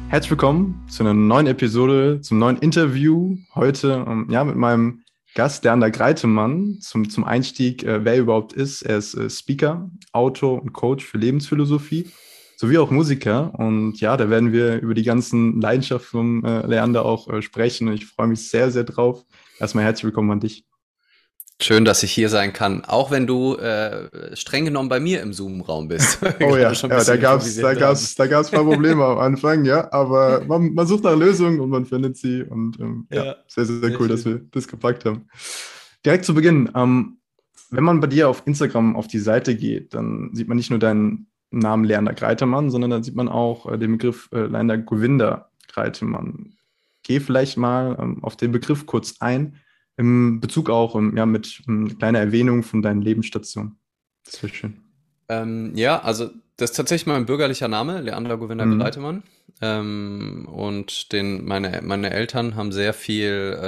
Herzlich willkommen zu einer neuen Episode, zum neuen Interview. Heute mit meinem Gast Leander Greitemann zum Einstieg, wer er überhaupt ist. Er ist Speaker, Autor und Coach für Lebensphilosophie sowie auch Musiker. Und ja, da werden wir über die ganzen Leidenschaften von Leander auch sprechen. Und ich freue mich sehr, sehr drauf. Erstmal herzlich willkommen an dich. Schön, dass ich hier sein kann, auch wenn du streng genommen bei mir im Zoom-Raum bist. weil wir Oh gerade ja, schon ein ja, da bisschen gab's, da improvisiert haben. gab's, da gab's ein paar Probleme am Anfang, ja, aber man sucht nach Lösungen und man findet sie und ja, Ja, sehr, sehr, sehr sehr cool, dass schön. wir das gepackt haben. Direkt zu Beginn, wenn man bei dir auf Instagram auf die Seite geht, dann sieht man nicht nur deinen Namen Leander Greitemann, sondern dann sieht man auch den Begriff Leander Govinda Greitemann. Geh vielleicht mal auf den Begriff kurz ein, im Bezug auch mit kleiner Erwähnung von deinen Lebensstationen. Das wäre schön. Ja, also das ist tatsächlich mein bürgerlicher Name, Leander Govinda Mhm. Greitemann. Und meine Eltern haben sehr viel,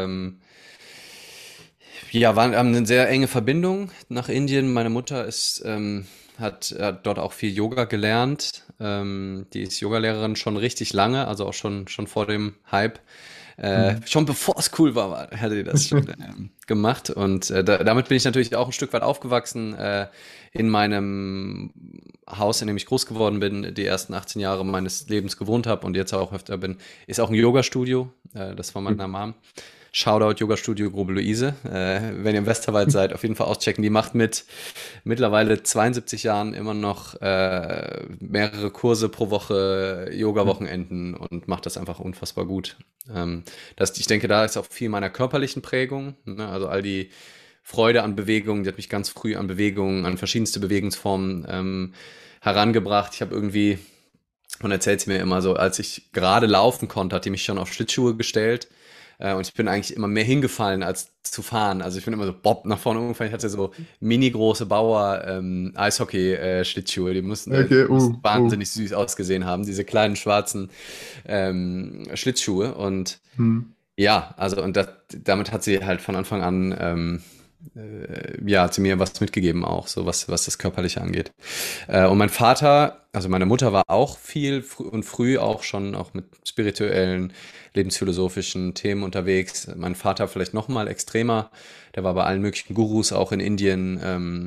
haben eine sehr enge Verbindung nach Indien. Meine Mutter hat dort auch viel Yoga gelernt. Die ist Yogalehrerin schon richtig lange, also auch schon vor dem Hype. Mhm. Schon bevor es cool hatte die das schon gemacht. Und damit bin ich natürlich auch ein Stück weit aufgewachsen. In meinem Haus, in dem ich groß geworden bin, die ersten 18 Jahre meines Lebens gewohnt habe und jetzt auch öfter bin, ist auch ein Yoga-Studio. Das von meiner Mom. Shoutout Yoga Studio Grobe Luise. Wenn ihr im Westerwald seid, auf jeden Fall auschecken. Die macht mit mittlerweile 72 Jahren immer noch mehrere Kurse pro Woche, Yoga-Wochenenden und macht das einfach unfassbar gut. Ich denke, da ist auch viel meiner körperlichen Prägung, ne? Also all die Freude an Bewegungen, die hat mich ganz früh an Bewegungen, an verschiedenste Bewegungsformen herangebracht. Ich habe irgendwie, und erzählt sie mir immer so, als ich gerade laufen konnte, hat die mich schon auf Schlittschuhe gestellt. Und ich bin eigentlich immer mehr hingefallen als zu fahren. Also ich bin immer so bob nach vorne umgefallen. Ich hatte so mini große Bauer Eishockey-Schlittschuhe. Okay, Die müssen wahnsinnig süß ausgesehen haben, diese kleinen schwarzen Schlittschuhe. Und hm, ja, also damit hat sie halt von Anfang an ja, hat sie mir was mitgegeben auch, so was das Körperliche angeht. Und mein Vater, also meine Mutter war auch viel und früh auch schon auch mit spirituellen, lebensphilosophischen Themen unterwegs. Mein Vater vielleicht noch mal extremer. Der war bei allen möglichen Gurus auch in Indien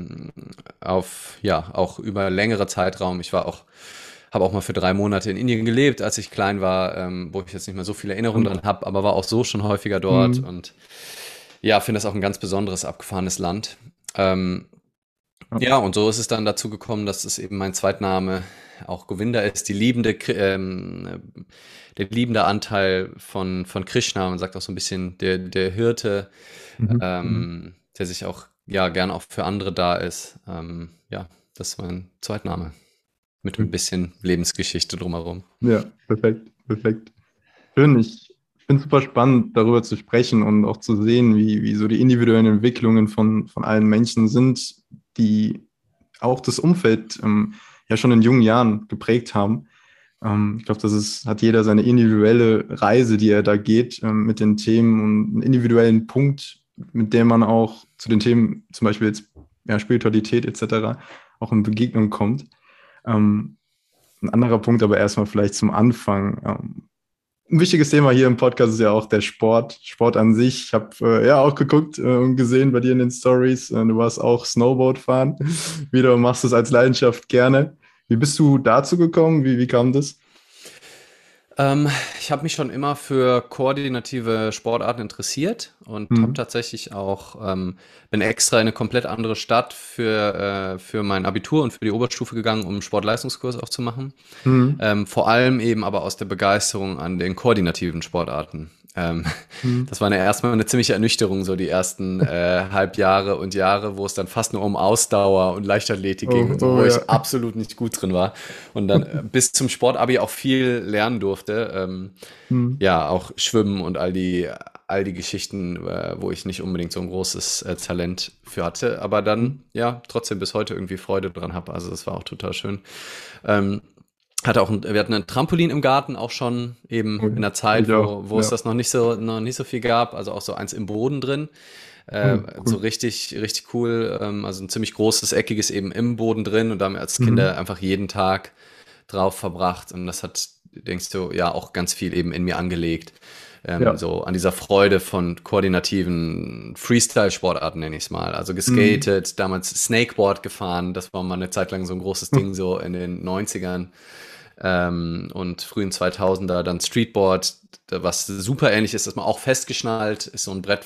auch über längere Zeitraum. Habe auch mal für 3 Monate in Indien gelebt, als ich klein war, wo ich jetzt nicht mehr so viele Erinnerungen spannend. dran habe, aber war auch so schon häufiger dort Hm, und ja, finde das auch ein ganz besonderes, abgefahrenes Land. ja. Ja, und so ist es dann dazu gekommen, dass es eben mein Zweitname auch Govinda ist, der liebende Anteil von Krishna. Man sagt auch so ein bisschen der Hirte, Mhm. Mhm. der sich auch ja gern auch für andere da ist. Ja, das ist mein Zweitname mit ein bisschen Lebensgeschichte drumherum. Ja, perfekt, perfekt. Schön, ich finde es super spannend, darüber zu sprechen und auch zu sehen, wie so die individuellen Entwicklungen von allen Menschen sind, die auch das Umfeld ja schon in jungen Jahren geprägt haben. Ich glaube, hat jeder seine individuelle Reise, die er da geht, mit den Themen und einen individuellen Punkt, mit dem man auch zu den Themen, zum Beispiel jetzt ja, Spiritualität etc., auch in Begegnung kommt. Ähm, ein anderer Punkt, aber erstmal vielleicht zum Anfang. Ein wichtiges Thema hier im Podcast ist ja auch der Sport, Sport an sich. Ich habe ja auch geguckt und gesehen bei dir in den Stories, du warst auch Snowboard fahren. Wieder machst du es als Leidenschaft gerne. Wie bist du dazu gekommen? Wie kam das? Ähm, Ich habe mich schon immer für koordinative Sportarten interessiert und habe Hm. tatsächlich auch, bin extra in eine komplett andere Stadt für mein Abitur und für die Oberstufe gegangen, um einen Sportleistungskurs auch zu machen. Hm. Vor allem eben aber aus der Begeisterung an den koordinativen Sportarten. Hm. Das war erstmal eine ziemliche Ernüchterung, so die ersten Halbjahre und Jahre, wo es dann fast nur um Ausdauer und Leichtathletik ging Oh, und so, oh wo ja. ich absolut nicht gut drin war. Und dann bis zum Sportabi auch viel lernen durfte. Hm. Ja, auch Schwimmen und all die Geschichten, wo ich nicht unbedingt so ein großes Talent für hatte, aber Hm. dann ja trotzdem bis heute irgendwie Freude dran habe. Also das war auch total schön. Ähm, Wir hatten ein Trampolin im Garten auch schon eben Oh in ja. der Zeit, Ich auch. wo es Ja. das noch nicht so viel gab, also auch so eins im Boden drin. Oh, So cool. richtig, richtig cool. Also ein ziemlich großes, eckiges eben im Boden drin und da haben wir als Mhm. Kinder einfach jeden Tag drauf verbracht. Und das hat denkst du, ja, auch ganz viel eben in mir angelegt. Ja. So an dieser Freude von koordinativen Freestyle-Sportarten, nenne ich es mal. Also Mhm. geskatet, damals Snakeboard gefahren, das war mal eine Zeit lang so ein großes Ding, so in den 90ern und frühen 2000er, dann Streetboard, was super ähnlich ist, dass man auch festgeschnallt ist, so ein Brett,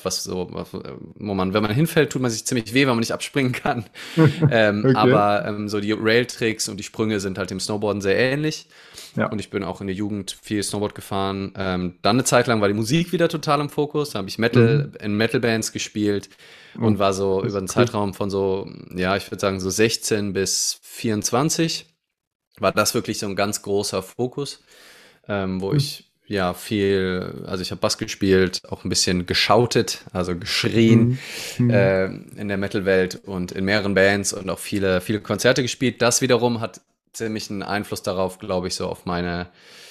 wo man, wenn man hinfällt, tut man sich ziemlich weh, weil man nicht abspringen kann. Okay. So die Rail-Tricks und die Sprünge sind halt dem Snowboarden sehr ähnlich. Ja. Und ich bin auch in der Jugend viel Snowboard gefahren. Dann eine Zeit lang war die Musik wieder total im Fokus. Da habe ich Mhm. in Metal-Bands gespielt und Oh, war so das über ist einen cool. Zeitraum von so, ja, ich würde sagen so 16 bis 24 war das wirklich so ein ganz großer Fokus, wo Cool. ich ja viel, also ich habe Bass gespielt, auch ein bisschen geschautet, also geschrien Mhm. Mhm. in der Metal-Welt und in mehreren Bands und auch viele Konzerte gespielt. Das wiederum hat ziemlich einen Einfluss darauf, glaube ich, so auf meine,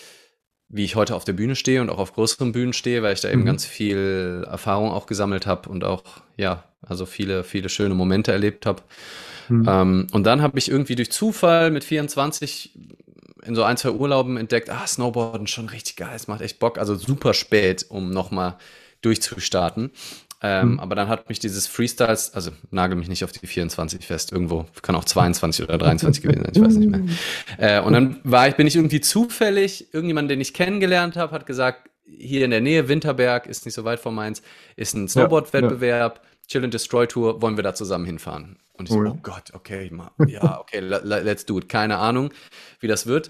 wie ich heute auf der Bühne stehe und auch auf größeren Bühnen stehe, weil ich da eben Mhm. ganz viel Erfahrung auch gesammelt habe und auch, ja, also viele schöne Momente erlebt habe. Mhm. Und dann habe ich irgendwie durch Zufall mit 24 in so ein, zwei Urlauben entdeckt, Snowboarden schon richtig geil, es macht echt Bock. Also super spät, um nochmal durchzustarten. Mhm. Aber dann hat mich dieses Freestyles, also nagel mich nicht auf die 24 fest, irgendwo, kann auch 22 oder 23 gewesen sein, ich weiß nicht mehr. Und dann bin ich irgendwie zufällig, irgendjemand, den ich kennengelernt habe, hat gesagt, hier in der Nähe, Winterberg, ist nicht so weit von Mainz, ist ein Ja, ja. Snowboard-Wettbewerb, Chill and Destroy Tour, wollen wir da zusammen hinfahren? Und ich so, Oh ja. oh Gott, okay, ja, okay, let's do it. Keine Ahnung, wie das wird.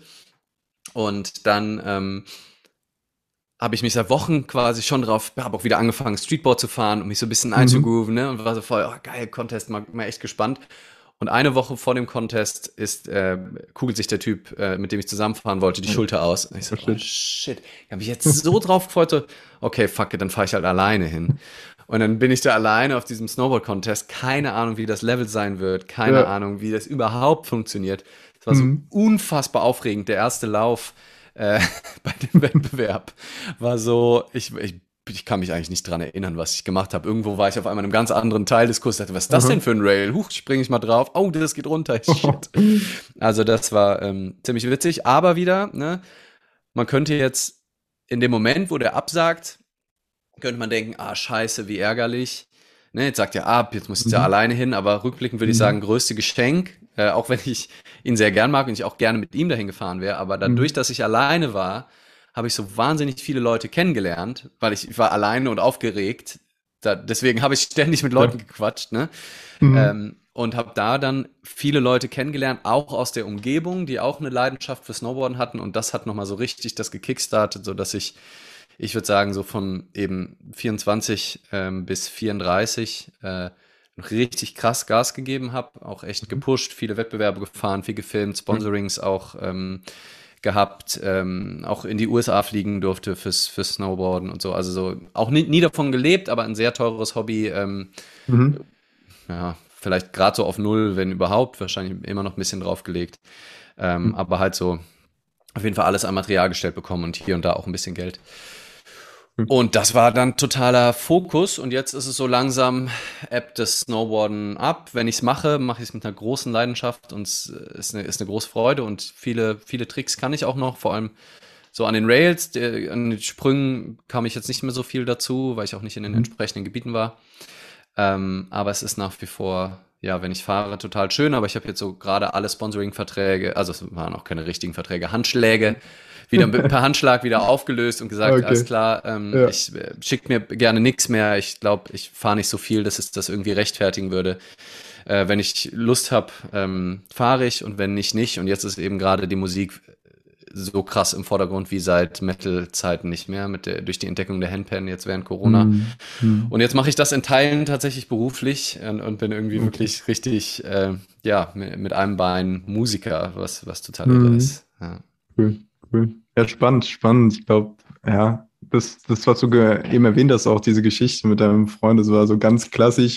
Und dann habe ich mich seit Wochen quasi schon drauf, habe auch wieder angefangen, Streetboard zu fahren, um mich so ein bisschen Mhm. einzugrooven, ne? Und war so voll, oh, geil, Contest, mal echt gespannt. Und eine Woche vor dem Contest kugelt sich der Typ, mit dem ich zusammenfahren wollte, die Oh, Schulter aus. Und ich so, oh oh shit. shit. Ich habe mich jetzt so drauf gefreut, so, okay, fuck it, dann fahre ich halt alleine hin. Und dann bin ich da alleine auf diesem Snowboard-Contest. Keine Ahnung, wie das Level sein wird. Keine Ja. Ahnung, wie das überhaupt funktioniert. Es war so Mhm. unfassbar aufregend. Der erste Lauf äh, bei dem Wettbewerb war so, ich kann mich eigentlich nicht dran erinnern, was ich gemacht habe. Irgendwo war ich auf einmal in einem ganz anderen Teil des Kurses. Dachte, was ist das denn Aha. für ein Rail? Huch, springe ich mal drauf. Oh, das geht runter. Shit. Also das war ziemlich witzig. Aber wieder, ne, man könnte jetzt in dem Moment, wo der absagt, könnte man denken, scheiße, wie ärgerlich. Ne, jetzt sagt er ab, jetzt muss ich ja Mhm. alleine hin, aber rückblickend würde ich sagen, Mhm. größte Geschenk, auch wenn ich ihn sehr gern mag und ich auch gerne mit ihm dahin gefahren wäre, aber dadurch, Mhm. dass ich alleine war, habe ich so wahnsinnig viele Leute kennengelernt, weil ich war alleine und aufgeregt. Deswegen habe ich ständig mit Ja. Leuten gequatscht, ne? Mhm. Und habe da dann viele Leute kennengelernt, auch aus der Umgebung, die auch eine Leidenschaft für Snowboarden hatten. Und das hat nochmal so richtig das gekickstartet, sodass ich würde sagen, so von eben 24 bis 34 noch richtig krass Gas gegeben habe, auch echt Mhm. gepusht, viele Wettbewerbe gefahren, viel gefilmt, Sponsorings auch gehabt, auch in die USA fliegen durfte fürs Snowboarden und so. Also so auch nie davon gelebt, aber ein sehr teures Hobby. Mhm. Ja, vielleicht gerade so auf Null, wenn überhaupt, wahrscheinlich immer noch ein bisschen draufgelegt. Mhm. Aber halt so auf jeden Fall alles an Material gestellt bekommen und hier und da auch ein bisschen Geld. Mhm. Und das war dann totaler Fokus und jetzt ist es so langsam, ebbt das Snowboarden ab. Wenn ich es mache ich es mit einer großen Leidenschaft und es ist eine große Freude und viele Tricks kann ich auch noch, vor allem so an den Rails, an den Sprüngen kam ich jetzt nicht mehr so viel dazu, weil ich auch nicht in den Mhm. entsprechenden Gebieten war. Aber es ist nach wie vor, ja, wenn ich fahre, total schön. Aber ich habe jetzt so gerade alle Sponsoring-Verträge, also es waren auch keine richtigen Verträge, Handschläge, wieder per Handschlag wieder aufgelöst und gesagt, alles Okay. klar, Ja. ich schicke mir gerne nichts mehr. Ich glaube, ich fahre nicht so viel, dass es das irgendwie rechtfertigen würde. Wenn ich Lust habe, fahre ich und wenn nicht, nicht. Und jetzt ist eben gerade die Musik so krass im Vordergrund wie seit Metal-Zeiten nicht mehr, durch die Entdeckung der Handpan jetzt während Corona. Mhm. Mhm. Und jetzt mache ich das in Teilen tatsächlich beruflich und bin irgendwie Okay. wirklich richtig, ja, mit einem Bein Musiker, was total irre Mhm. ist. Ja. Cool, cool. Ja, spannend, spannend. Ich glaube, ja, was du eben erwähnt hast, auch diese Geschichte mit deinem Freund, das war so ganz klassisch.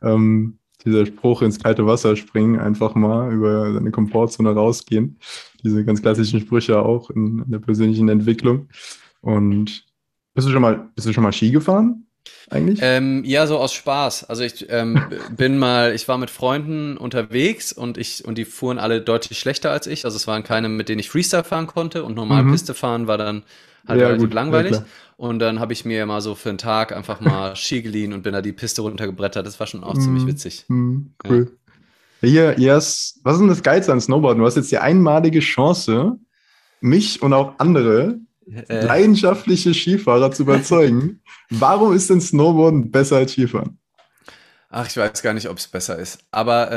Dieser Spruch ins kalte Wasser springen, einfach mal über seine Komfortzone rausgehen. Diese ganz klassischen Sprüche auch in der persönlichen Entwicklung. Und bist du schon mal Ski gefahren? eigentlich? Ja, so aus Spaß. Also ich ich war mit Freunden unterwegs und die fuhren alle deutlich schlechter als ich. Also es waren keine, mit denen ich Freestyle fahren konnte und normal Mhm. Piste fahren war dann halt Ja, relativ gut, ja langweilig. klar. Und dann habe ich mir mal so für einen Tag einfach mal Ski geliehen und bin da die Piste runtergebrettert. Das war schon auch ziemlich Mhm. witzig. Mhm. Ja. Cool. Was ist denn das Geilste an Snowboarden? Du hast jetzt die einmalige Chance, mich und auch andere Äh, leidenschaftliche Skifahrer zu überzeugen. Warum ist denn Snowboarden besser als Skifahren? ach, ich weiß gar nicht, ob es besser ist. Aber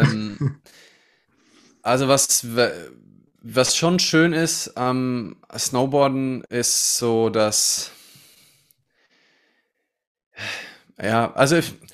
also was schon schön ist am Snowboarden ist so, dass ja, also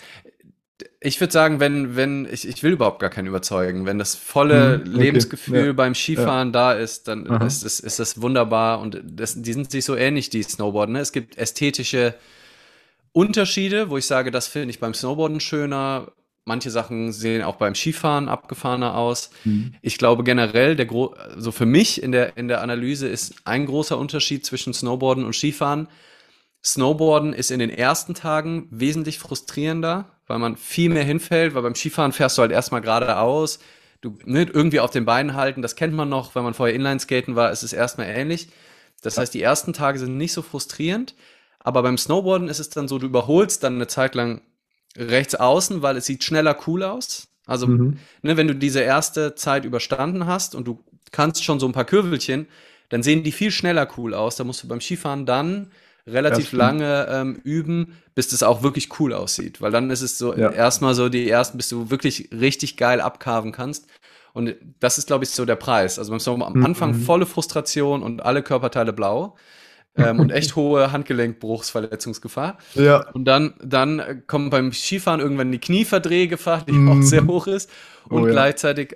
ich würde sagen, ich will überhaupt gar keinen überzeugen. Wenn das volle Okay, Lebensgefühl ja, beim ja. Skifahren da ist, dann Aha. ist das wunderbar und die sind sich so ähnlich, die Snowboarden. Ne? Es gibt ästhetische Unterschiede, wo ich sage, das finde ich beim Snowboarden schöner. Manche Sachen sehen auch beim Skifahren abgefahrener aus. Mhm. Ich glaube generell, also für mich in der Analyse ist ein großer Unterschied zwischen Snowboarden und Skifahren. Snowboarden ist in den ersten Tagen wesentlich frustrierender, weil man viel mehr hinfällt, weil beim Skifahren fährst du halt erstmal geradeaus. Du, ne, irgendwie auf den Beinen halten, das kennt man noch, wenn man vorher Inlineskaten war, ist es erstmal ähnlich. Das Ja. heißt, die ersten Tage sind nicht so frustrierend, aber beim Snowboarden ist es dann so, du überholst dann eine Zeit lang rechts außen, weil es sieht schneller cool aus. Also, Mhm. ne, wenn du diese erste Zeit überstanden hast und du kannst schon so ein paar Kürvelchen, dann sehen die viel schneller cool aus. Da musst du beim Skifahren dann Das relativ stimmt. lange üben, bis das auch wirklich cool aussieht. Weil dann ist es so Ja. erstmal so die ersten, bis du wirklich richtig geil abcarven kannst. Und das ist, glaube ich, so der Preis. Also beim Snowboard am Anfang Mhm. volle Frustration und alle Körperteile blau und echt hohe Handgelenkbruchsverletzungsgefahr. Ja. Und dann kommen beim Skifahren irgendwann die Knieverdrehgefahr, die auch sehr Mhm. hoch ist. Oh Und ja. gleichzeitig,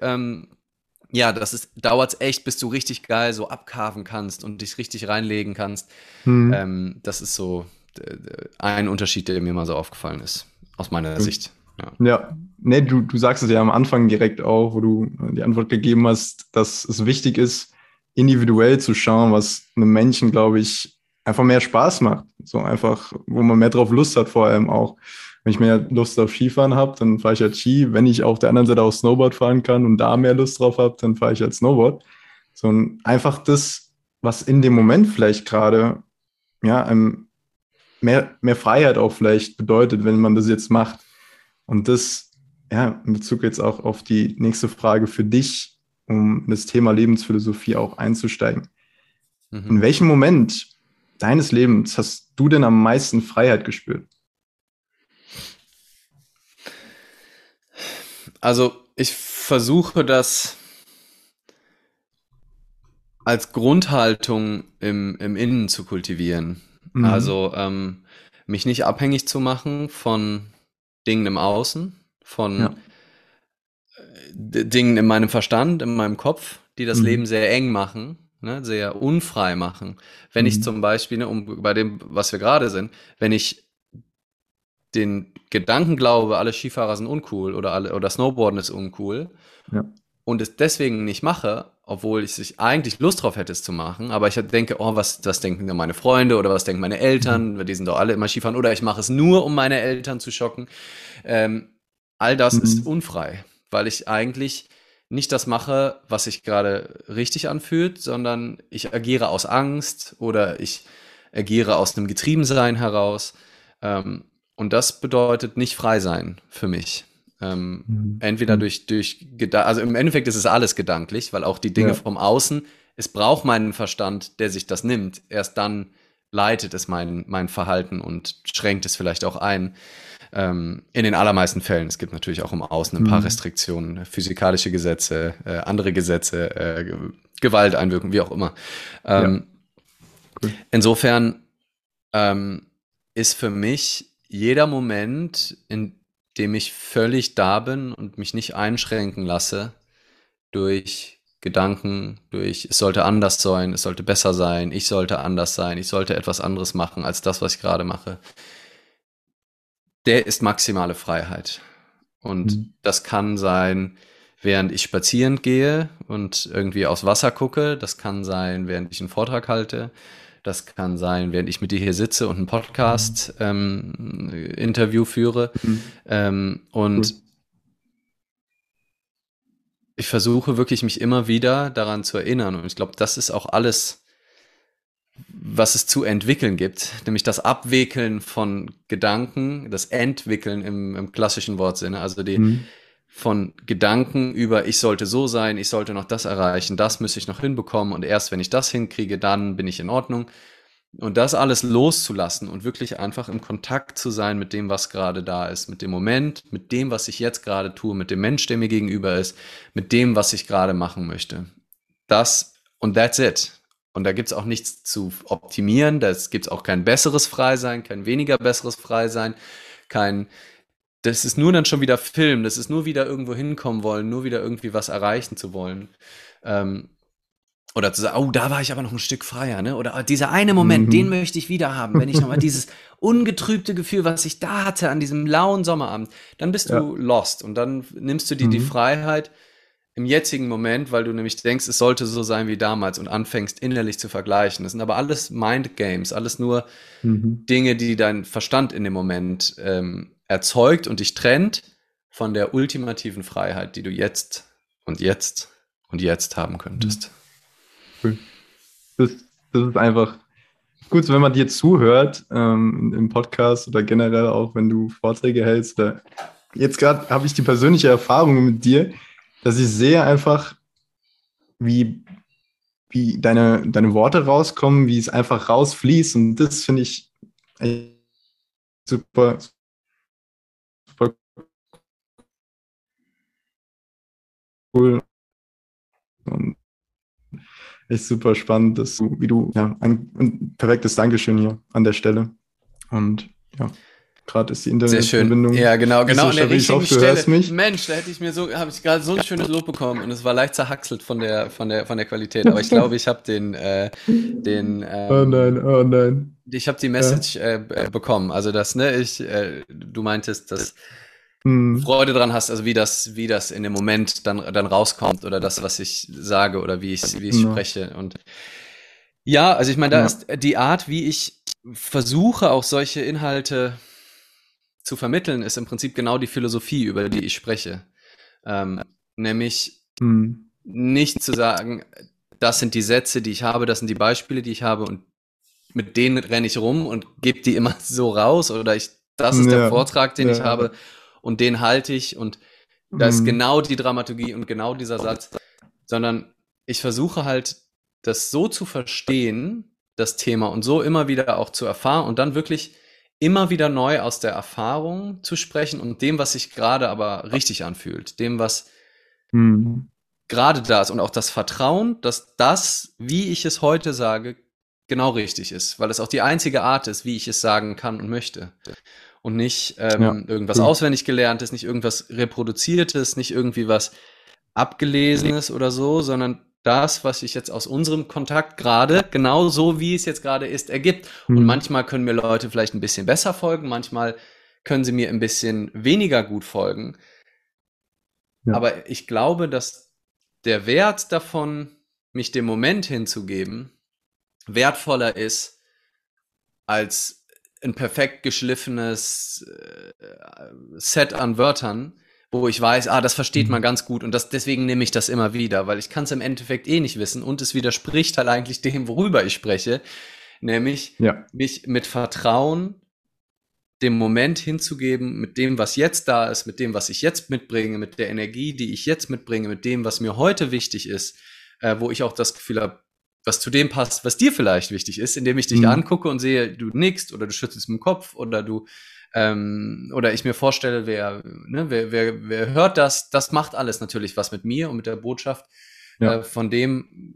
ja, dauert echt, bis du richtig geil so abcarven kannst und dich richtig reinlegen kannst. Mhm. Das ist so ein Unterschied, der mir mal so aufgefallen ist, aus meiner Cool. Sicht. Ja. Ja, nee, du sagst es ja am Anfang direkt auch, wo du die Antwort gegeben hast, dass es wichtig ist, individuell zu schauen, was einem Menschen, glaube ich, einfach mehr Spaß macht. So einfach, wo man mehr drauf Lust hat, vor allem auch. Wenn ich mehr Lust auf Skifahren habe, dann fahre ich halt Ski. Wenn ich auf der anderen Seite auch Snowboard fahren kann und da mehr Lust drauf habe, dann fahre ich halt Snowboard. So und einfach das, was in dem Moment vielleicht gerade, ja, einem mehr Freiheit auch vielleicht bedeutet, wenn man das jetzt macht. Und das, ja, in Bezug jetzt auch auf die nächste Frage für dich, um in das Thema Lebensphilosophie auch einzusteigen. In Mhm. welchem Moment deines Lebens hast du denn am meisten Freiheit gespürt? Also ich versuche das als Grundhaltung im Innen zu kultivieren. Mhm. Also mich nicht abhängig zu machen von Dingen im Außen, von Ja. Dingen in meinem Verstand, in meinem Kopf, die das Leben Mhm. sehr eng machen, ne, sehr unfrei machen. Wenn ich Mhm. zum Beispiel, ne, um bei dem, was wir gerade sind, wenn ich den Gedanken glaube, alle Skifahrer sind uncool oder Snowboarden ist uncool Ja. und es deswegen nicht mache, obwohl ich eigentlich Lust drauf hätte, es zu machen, aber ich denke, oh, was denken denn meine Freunde oder was denken meine Mhm. Eltern, die sind doch alle immer Skifahren oder ich mache es nur, um meine Eltern zu schocken. Ähm, all das ist Mhm. unfrei, weil ich eigentlich nicht das mache, was sich gerade richtig anfühlt, sondern ich agiere aus Angst oder ich agiere aus einem Getriebensein heraus. Ähm, und das bedeutet nicht frei sein für mich. Mhm. Entweder Mhm. also im Endeffekt ist es alles gedanklich, weil auch die Dinge Ja. vom Außen, es braucht meinen Verstand, der sich das nimmt. Erst dann leitet es mein Verhalten und schränkt es vielleicht auch ein. In den allermeisten Fällen. Es gibt natürlich auch im Außen ein paar Mhm. Restriktionen, physikalische Gesetze, andere Gesetze, Gewalteinwirkung, wie auch immer. Ja. Ähm, Cool. insofern ist für mich jeder Moment, in dem ich völlig da bin und mich nicht einschränken lasse durch Gedanken, durch es sollte anders sein, es sollte besser sein, ich sollte anders sein, ich sollte etwas anderes machen als das, was ich gerade mache, der ist maximale Freiheit. Und Mhm. das kann sein, während ich spazieren gehe und irgendwie aufs Wasser gucke. Das kann sein, während ich einen Vortrag halte. Das kann sein, während ich mit dir hier sitze und ein Podcast-Interview führe. Und Cool. ich versuche wirklich, mich immer wieder daran zu erinnern. Und ich glaube, das ist auch alles, was es zu entwickeln gibt, nämlich das Abwickeln von Gedanken, das Entwickeln im klassischen Wortsinne, also die Mhm. von Gedanken über, ich sollte so sein, ich sollte noch das erreichen, das müsste ich noch hinbekommen und erst wenn ich das hinkriege, dann bin ich in Ordnung. Und das alles loszulassen und wirklich einfach im Kontakt zu sein mit dem, was gerade da ist, mit dem Moment, mit dem, was ich jetzt gerade tue, mit dem Mensch, der mir gegenüber ist, mit dem, was ich gerade machen möchte. Das und that's it. Und da gibt's auch nichts zu optimieren, da gibt's auch kein besseres Freisein, kein weniger besseres Freisein, kein, das ist nur dann schon wieder Film, das ist nur wieder irgendwo hinkommen wollen, nur wieder irgendwie was erreichen zu wollen. Ähm, oder zu sagen, oh, da war ich aber noch ein Stück freier, ne? Oder dieser eine Moment, den Mhm. möchte ich wieder haben, wenn ich nochmal dieses ungetrübte Gefühl, was ich da hatte an diesem lauen Sommerabend, dann bist Ja. du lost und dann nimmst du dir die Mhm. Freiheit im jetzigen Moment, weil du nämlich denkst, es sollte so sein wie damals und anfängst innerlich zu vergleichen. Das sind aber alles Mind Games, alles nur Mhm. Dinge, die dein Verstand in dem Moment erzeugt und dich trennt von der ultimativen Freiheit, die du jetzt und jetzt und jetzt haben Mhm. könntest. Cool. Das, das ist einfach gut, so wenn man dir zuhört, im Podcast oder generell auch, wenn du Vorträge hältst. Jetzt gerade habe ich die persönliche Erfahrung mit dir, dass ich sehe einfach, wie, wie deine Worte rauskommen, wie es einfach rausfließt. Und das finde ich echt super, super cool und echt super spannend, dass du, wie du, ja, ein perfektes Dankeschön hier an der Stelle. Und ja, gerade ist die Sehr schön. Internetverbindung Ja, genau, nicht genau so an der stabil. Ich richtigen hoffe, du Stelle. hörst mich. Mensch, da hätte ich mir so, habe ich gerade so ein schönes Lob bekommen und es war leicht zerhackselt von der Qualität. Aber ich glaube, ich habe den, Oh nein, oh nein. ich habe die Ja. Message bekommen. Also das, ne, du meintest, dass du Hm. Freude dran hast, also wie das in dem Moment dann rauskommt oder das, was ich sage oder wie ich Genau. spreche. Und ja, also ich meine, da Ja. ist die Art, wie ich versuche, auch solche Inhalte zu vermitteln, ist im Prinzip genau die Philosophie, über die ich spreche. Nämlich Hm. nicht zu sagen, das sind die Sätze, die ich habe, das sind die Beispiele, die ich habe und mit denen renne ich rum und gebe die immer so raus oder das ist der Ja. Vortrag, den ich Ja. habe und den halte ich und da ist Hm. genau die Dramaturgie und genau dieser Satz, sondern ich versuche halt, das so zu verstehen, das Thema und so immer wieder auch zu erfahren und dann wirklich immer wieder neu aus der Erfahrung zu sprechen und dem, was sich gerade aber richtig anfühlt, dem, was Hm. gerade da ist und auch das Vertrauen, dass das, wie ich es heute sage, genau richtig ist, weil es auch die einzige Art ist, wie ich es sagen kann und möchte. Und nicht Ja. irgendwas Cool. auswendig gelerntes, nicht irgendwas reproduziertes, nicht irgendwie was abgelesenes oder so, sondern das, was sich jetzt aus unserem Kontakt gerade, genau so wie es jetzt gerade ist, ergibt. Und Hm. manchmal können mir Leute vielleicht ein bisschen besser folgen, manchmal können sie mir ein bisschen weniger gut folgen. Ja. Aber ich glaube, dass der Wert davon, mich dem Moment hinzugeben, wertvoller ist als ein perfekt geschliffenes Set an Wörtern, wo ich weiß, das versteht man Hm. ganz gut und deswegen nehme ich das immer wieder, weil ich kann es im Endeffekt eh nicht wissen und es widerspricht halt eigentlich dem, worüber ich spreche, nämlich Ja. mich mit Vertrauen dem Moment hinzugeben, mit dem, was jetzt da ist, mit dem, was ich jetzt mitbringe, mit der Energie, die ich jetzt mitbringe, mit dem, was mir heute wichtig ist, wo ich auch das Gefühl habe, was zu dem passt, was dir vielleicht wichtig ist, indem ich dich Hm. angucke und sehe, du nickst oder du schüttelst mit dem Kopf oder ich mir vorstelle, wer hört das, das macht alles natürlich was mit mir und mit der Botschaft Ja. von dem,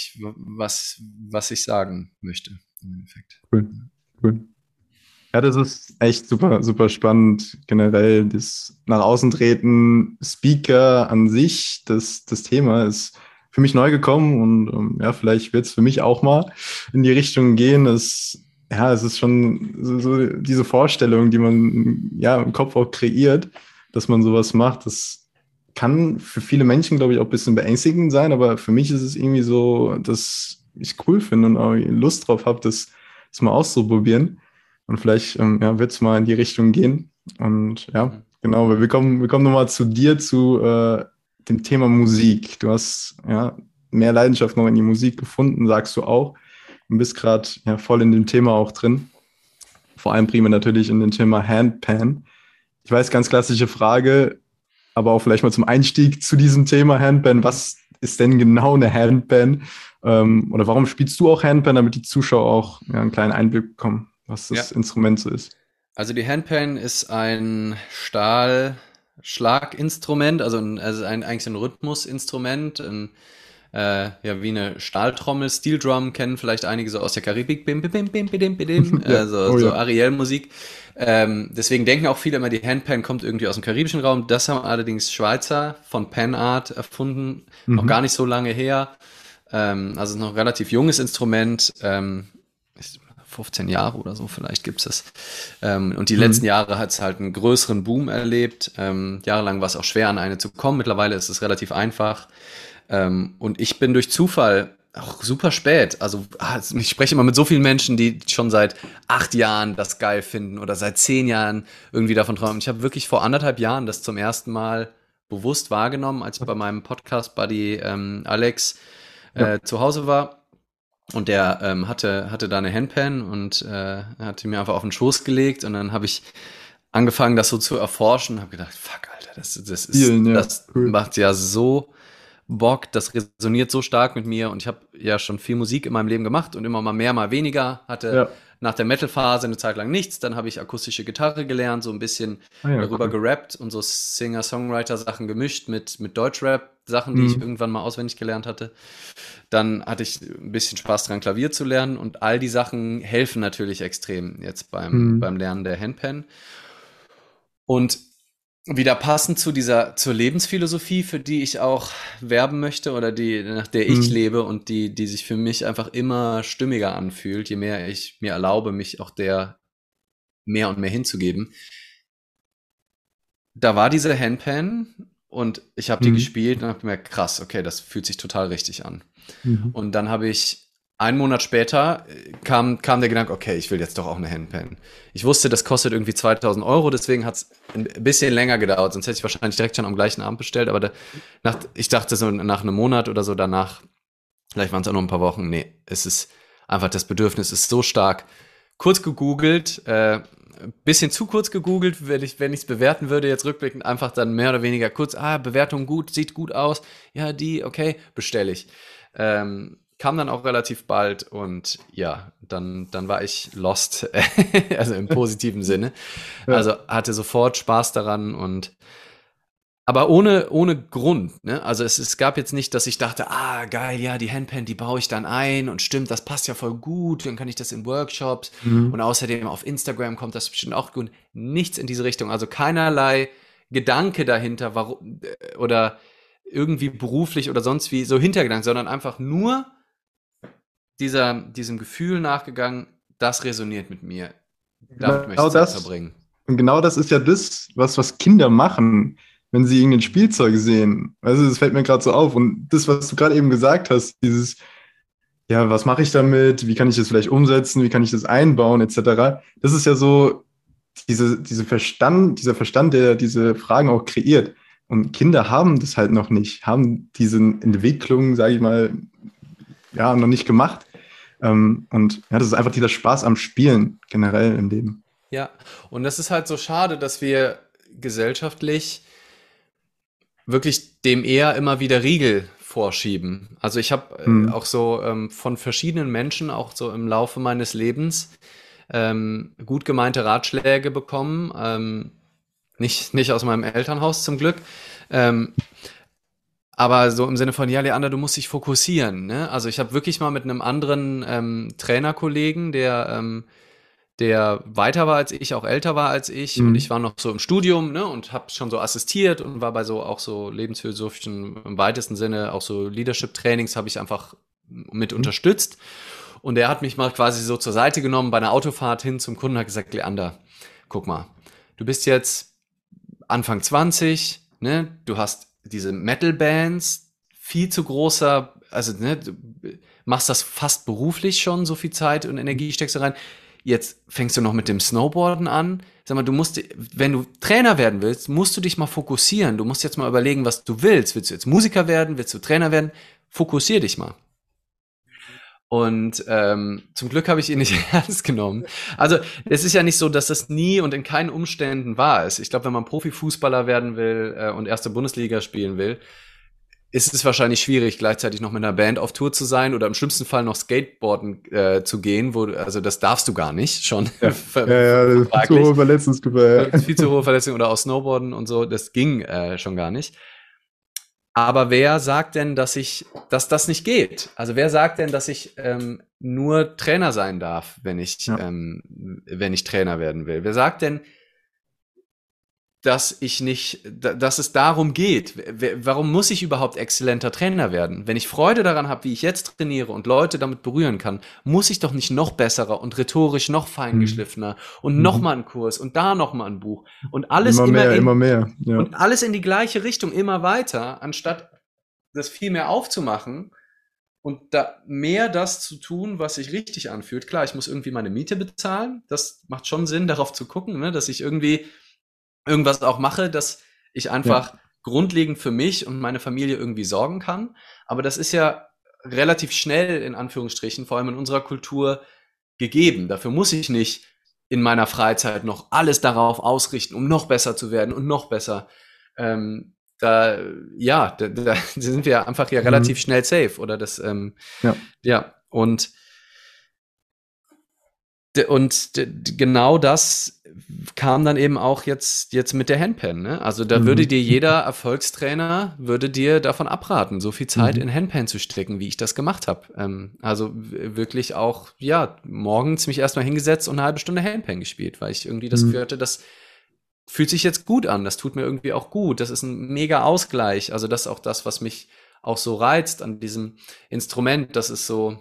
was ich sagen möchte im Endeffekt. Cool. Cool. Ja, das ist echt super, super spannend. Generell das nach außen treten, Speaker an sich, das Thema ist für mich neu gekommen und ja, vielleicht wird es für mich auch mal in die Richtung gehen. Ja, es ist schon so diese Vorstellung, die man ja im Kopf auch kreiert, dass man sowas macht. Das kann für viele Menschen, glaube ich, auch ein bisschen beängstigend sein, aber für mich ist es irgendwie so, dass ich cool finde und auch Lust drauf habe, das mal auszuprobieren. Und vielleicht ja, wird es mal in die Richtung gehen. Und ja, Mhm. genau, wir kommen nochmal zu dir, zu dem Thema Musik. Du hast ja mehr Leidenschaft noch in die Musik gefunden, sagst du auch. Und bist gerade ja, voll in dem Thema auch drin. Vor allem primär natürlich in dem Thema Handpan. Ich weiß, ganz klassische Frage, aber auch vielleicht mal zum Einstieg zu diesem Thema Handpan. Was ist denn genau eine Handpan? Oder warum spielst du auch Handpan, damit die Zuschauer auch ja, einen kleinen Einblick bekommen, was Ja, das Instrument so ist? also die Handpan ist ein Stahlschlaginstrument, eigentlich ein Rhythmusinstrument, ja, wie eine Stahltrommel, Steel Drum kennen vielleicht einige so aus der Karibik, bim, bim, bim, bim, bim, bim, bim, Ja, oh so ja. Ariel-Musik. Deswegen denken auch viele immer, die Handpan kommt irgendwie aus dem karibischen Raum. Das haben allerdings Schweizer von Pan Art erfunden, noch gar Mhm. nicht so lange her. Also noch ein relativ junges Instrument. 15 Jahre oder so vielleicht gibt's es. Und die letzten Mhm. Jahre hat es halt einen größeren Boom erlebt. Jahrelang war es auch schwer, an eine zu kommen. Mittlerweile ist es relativ einfach. Und ich bin durch Zufall auch super spät. Also ich spreche immer mit so vielen Menschen, die schon seit 8 Jahren das geil finden oder seit 10 Jahren irgendwie davon träumen. Ich habe wirklich vor 1,5 Jahren das zum ersten Mal bewusst wahrgenommen, als ich bei meinem Podcast-Buddy Alex Ja. zu Hause war. Und der hatte da eine Handpan und hatte mir einfach auf den Schoß gelegt und dann habe ich angefangen, das so zu erforschen und habe gedacht, fuck, Alter, Vielen, ja. das Cool. macht ja so Bock, das resoniert so stark mit mir und ich habe ja schon viel Musik in meinem Leben gemacht und immer mal mehr, mal weniger, hatte Ja. nach der Metal-Phase eine Zeit lang nichts, dann habe ich akustische Gitarre gelernt, so ein bisschen Ah ja, darüber cool. gerappt und so Singer-Songwriter-Sachen gemischt mit Deutschrap-Sachen, die ich Mhm. irgendwann mal auswendig gelernt hatte. Dann hatte ich ein bisschen Spaß dran, Klavier zu lernen und all die Sachen helfen natürlich extrem jetzt beim Mhm. Lernen der Handpan. Und wieder passend zur Lebensphilosophie, für die ich auch werben möchte oder nach der ich Mhm. lebe und die sich für mich einfach immer stimmiger anfühlt, je mehr ich mir erlaube, mich auch der mehr und mehr hinzugeben. Da war diese Handpan und ich habe die Mhm. gespielt und habe gemerkt, krass, okay, das fühlt sich total richtig an. Mhm. Und dann habe ich einen Monat später kam der Gedanke, okay, ich will jetzt doch auch eine Handpan. Ich wusste, das kostet irgendwie 2.000 Euro, deswegen hat es ein bisschen länger gedauert, sonst hätte ich wahrscheinlich direkt schon am gleichen Abend bestellt, aber ich dachte so nach einem Monat oder so danach, vielleicht waren es auch noch ein paar Wochen, nee, es ist einfach, das Bedürfnis ist so stark. Kurz gegoogelt, bisschen zu kurz gegoogelt, wenn ich es bewerten würde, jetzt rückblickend, einfach dann mehr oder weniger kurz, Bewertung gut, sieht gut aus, ja, okay, bestelle ich. Kam dann auch relativ bald und ja, dann war ich lost, also im positiven Sinne. Ja. Also hatte sofort Spaß daran und aber ohne Grund, ne? Also es gab jetzt nicht, dass ich dachte, geil, ja, die Handpan, die baue ich dann ein und stimmt, das passt ja voll gut, dann kann ich das in Workshops und Mhm. außerdem auf Instagram kommt das bestimmt auch gut. Nichts in diese Richtung, also keinerlei Gedanke dahinter, warum oder irgendwie beruflich oder sonst wie so Hintergedanken, sondern einfach nur diesem Gefühl nachgegangen, das resoniert mit mir. Damit möchte Genau ich Zeit das. verbringen. Und genau das ist ja das, was Kinder machen, wenn sie irgendein Spielzeug sehen. Also, das fällt mir gerade so auf. Und das, was du gerade eben gesagt hast, dieses, ja, was mache ich damit? Wie kann ich das vielleicht umsetzen? Wie kann ich das einbauen, etc. Das ist ja so dieser Verstand, der diese Fragen auch kreiert. Und Kinder haben das halt noch nicht, haben diese Entwicklung, sage ich mal, ja, noch nicht gemacht. Und ja, das ist einfach dieser Spaß am Spielen generell im Leben. Ja, und das ist halt so schade, dass wir gesellschaftlich wirklich dem eher immer wieder Riegel vorschieben. Also ich habe Hm. auch so von verschiedenen Menschen, auch so im Laufe meines Lebens, gut gemeinte Ratschläge bekommen. Nicht aus meinem Elternhaus zum Glück. Ähm, aber so im Sinne von, ja, Leander, du musst dich fokussieren. Ne? Also ich habe wirklich mal mit einem anderen Trainerkollegen, der weiter war als ich, auch älter war als ich und ich Hm. war noch so im Studium, ne, und habe schon so assistiert und war bei so auch so lebensphilosophischen im weitesten Sinne auch so Leadership Trainings habe ich einfach mit Hm. unterstützt und der hat mich mal quasi so zur Seite genommen bei einer Autofahrt hin zum Kunden und hat gesagt, Leander, guck mal, du bist jetzt Anfang 20, ne, du hast diese Metal Bands, viel zu großer, also ne, machst das fast beruflich schon, so viel Zeit und Energie steckst du rein. Jetzt fängst du noch mit dem Snowboarden an. Sag mal, wenn du Trainer werden willst, musst du dich mal fokussieren. Du musst jetzt mal überlegen, was du willst. Willst du jetzt Musiker werden? Willst du Trainer werden? Fokussier dich mal. Und zum Glück habe ich ihn nicht ernst genommen. Also es ist ja nicht so, dass das nie und in keinen Umständen wahr ist. Ich glaube, wenn man Profifußballer werden will und erste Bundesliga spielen will, ist es wahrscheinlich schwierig, gleichzeitig noch mit einer Band auf Tour zu sein oder im schlimmsten Fall noch Skateboarden zu gehen, also das darfst du gar nicht schon. Ja, das ist viel zu hohe Verletzungsgefahr. Ja. Viel zu hohe Verletzung oder auch Snowboarden und so, das ging schon gar nicht. Aber wer sagt denn, dass das nicht geht? Also wer sagt denn, dass ich nur Trainer sein darf, wenn ich Trainer werden will? Wer sagt denn, dass es darum geht? Warum muss ich überhaupt exzellenter Trainer werden? Wenn ich Freude daran habe, wie ich jetzt trainiere und Leute damit berühren kann, muss ich doch nicht noch besserer und rhetorisch noch feingeschliffener und noch mal einen Kurs und da noch mal ein Buch und alles immer mehr. Ja. Und alles in die gleiche Richtung, immer weiter, anstatt das viel mehr aufzumachen und da mehr das zu tun, was sich richtig anfühlt. Klar, ich muss irgendwie meine Miete bezahlen. Das macht schon Sinn, darauf zu gucken, ne, dass ich irgendwie irgendwas auch mache, dass ich einfach grundlegend für mich und meine Familie irgendwie sorgen kann. Aber das ist ja relativ schnell, in Anführungsstrichen, vor allem in unserer Kultur, gegeben. Dafür muss ich nicht in meiner Freizeit noch alles darauf ausrichten, um noch besser zu werden und noch besser. Da sind wir einfach ja relativ schnell safe. Oder das, und genau das kam dann eben auch jetzt mit der Handpan, ne? Also da würde dir jeder Erfolgstrainer davon abraten, so viel Zeit in Handpan zu stecken, wie ich das gemacht habe. Also wirklich auch, morgens mich erstmal hingesetzt und eine halbe Stunde Handpan gespielt, weil ich irgendwie das Gefühl hatte, das fühlt sich jetzt gut an, das tut mir irgendwie auch gut, das ist ein mega Ausgleich. Also das ist auch das, was mich auch so reizt an diesem Instrument, das ist so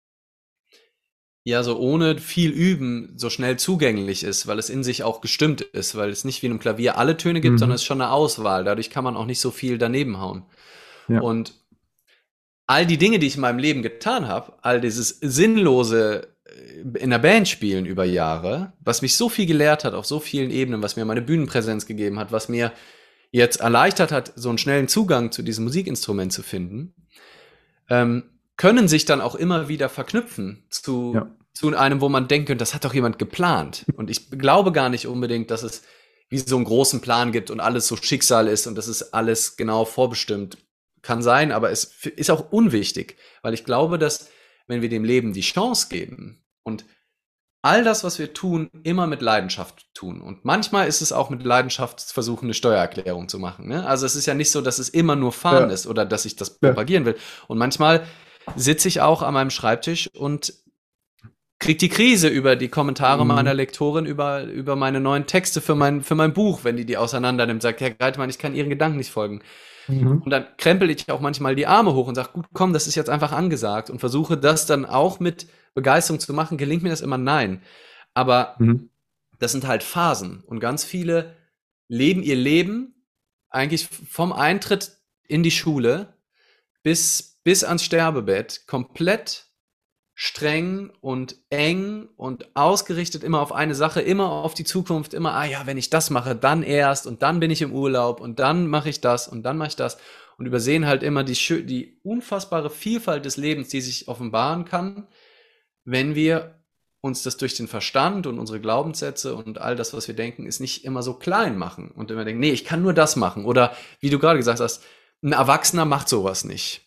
ohne viel Üben so schnell zugänglich ist, weil es in sich auch gestimmt ist, weil es nicht wie in einem Klavier alle Töne gibt, sondern es ist schon eine Auswahl. Dadurch kann man auch nicht so viel daneben hauen. Ja. Und all die Dinge, die ich in meinem Leben getan habe, all dieses sinnlose in der Band spielen über Jahre, was mich so viel gelehrt hat auf so vielen Ebenen, was mir meine Bühnenpräsenz gegeben hat, was mir jetzt erleichtert hat, so einen schnellen Zugang zu diesem Musikinstrument zu finden, können sich dann auch immer wieder verknüpfen zu einem, wo man denkt, das hat doch jemand geplant. Und ich glaube gar nicht unbedingt, dass es wie so einen großen Plan gibt und alles so Schicksal ist und das ist alles genau vorbestimmt. Kann sein, aber es ist auch unwichtig, weil ich glaube, dass wenn wir dem Leben die Chance geben und all das, was wir tun, immer mit Leidenschaft tun. Und manchmal ist es auch mit Leidenschaft versuchen, eine Steuererklärung zu machen. Ne? Also es ist ja nicht so, dass es immer nur Fahren ist oder dass ich das propagieren will. Und manchmal sitze ich auch an meinem Schreibtisch und kriege die Krise über die Kommentare meiner Lektorin über meine neuen Texte für mein Buch, wenn die auseinander nimmt, sagt, Herr Greitmann, ich kann Ihren Gedanken nicht folgen. Und dann krempel ich auch manchmal die Arme hoch und sage, gut, komm, das ist jetzt einfach angesagt und versuche das dann auch mit Begeisterung zu machen. Gelingt mir das immer? Nein. Aber das sind halt Phasen und ganz viele leben ihr Leben eigentlich vom Eintritt in die Schule bis ans Sterbebett komplett streng und eng und ausgerichtet immer auf eine Sache, immer auf die Zukunft, immer, wenn ich das mache, dann erst und dann bin ich im Urlaub und dann mache ich das und dann mache ich das und übersehen halt immer die unfassbare Vielfalt des Lebens, die sich offenbaren kann, wenn wir uns das durch den Verstand und unsere Glaubenssätze und all das, was wir denken, ist nicht immer so klein machen und immer denken, nee, ich kann nur das machen oder wie du gerade gesagt hast, ein Erwachsener macht sowas nicht.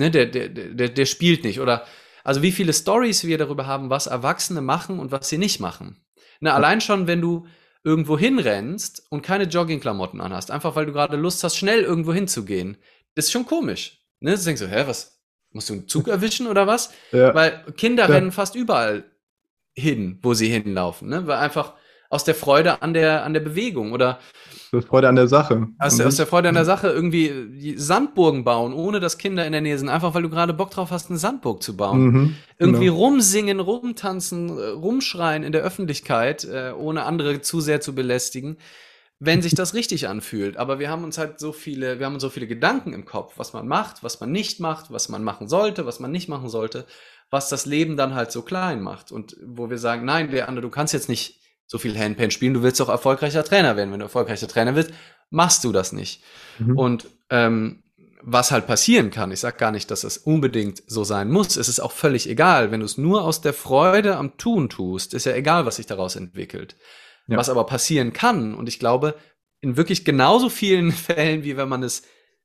Der spielt nicht. Oder also wie viele Stories wir darüber haben, was Erwachsene machen und was sie nicht machen. Allein schon, wenn du irgendwo hinrennst und keine Joggingklamotten anhast, einfach weil du gerade Lust hast, schnell irgendwo hinzugehen, ist schon komisch. Du denkst so, was? Musst du einen Zug erwischen oder was? Ja. Weil Kinder rennen fast überall hin, wo sie hinlaufen. Weil einfach aus der Freude an der Bewegung oder aus der Freude an der Sache. Aus der Freude an der Sache irgendwie Sandburgen bauen, ohne dass Kinder in der Nähe sind. Einfach, weil du gerade Bock drauf hast, eine Sandburg zu bauen. Irgendwie rumsingen, rumtanzen, rumschreien in der Öffentlichkeit, ohne andere zu sehr zu belästigen. wenn sich das richtig anfühlt. Aber wir haben uns so viele Gedanken im Kopf, was man macht, was man nicht macht, was man machen sollte, was man nicht machen sollte, was das Leben dann halt so klein macht. Und wo wir sagen, nein, Leander, du kannst jetzt nicht so viel Handpan spielen, du willst doch erfolgreicher Trainer werden. Wenn du erfolgreicher Trainer willst, machst du das nicht. Und was halt passieren kann, ich sage gar nicht, dass es unbedingt so sein muss, es ist auch völlig egal, wenn du es nur aus der Freude am Tun tust, ist ja egal, was sich daraus entwickelt. Ja. Was aber passieren kann, und ich glaube, in wirklich genauso vielen Fällen, wie wenn man es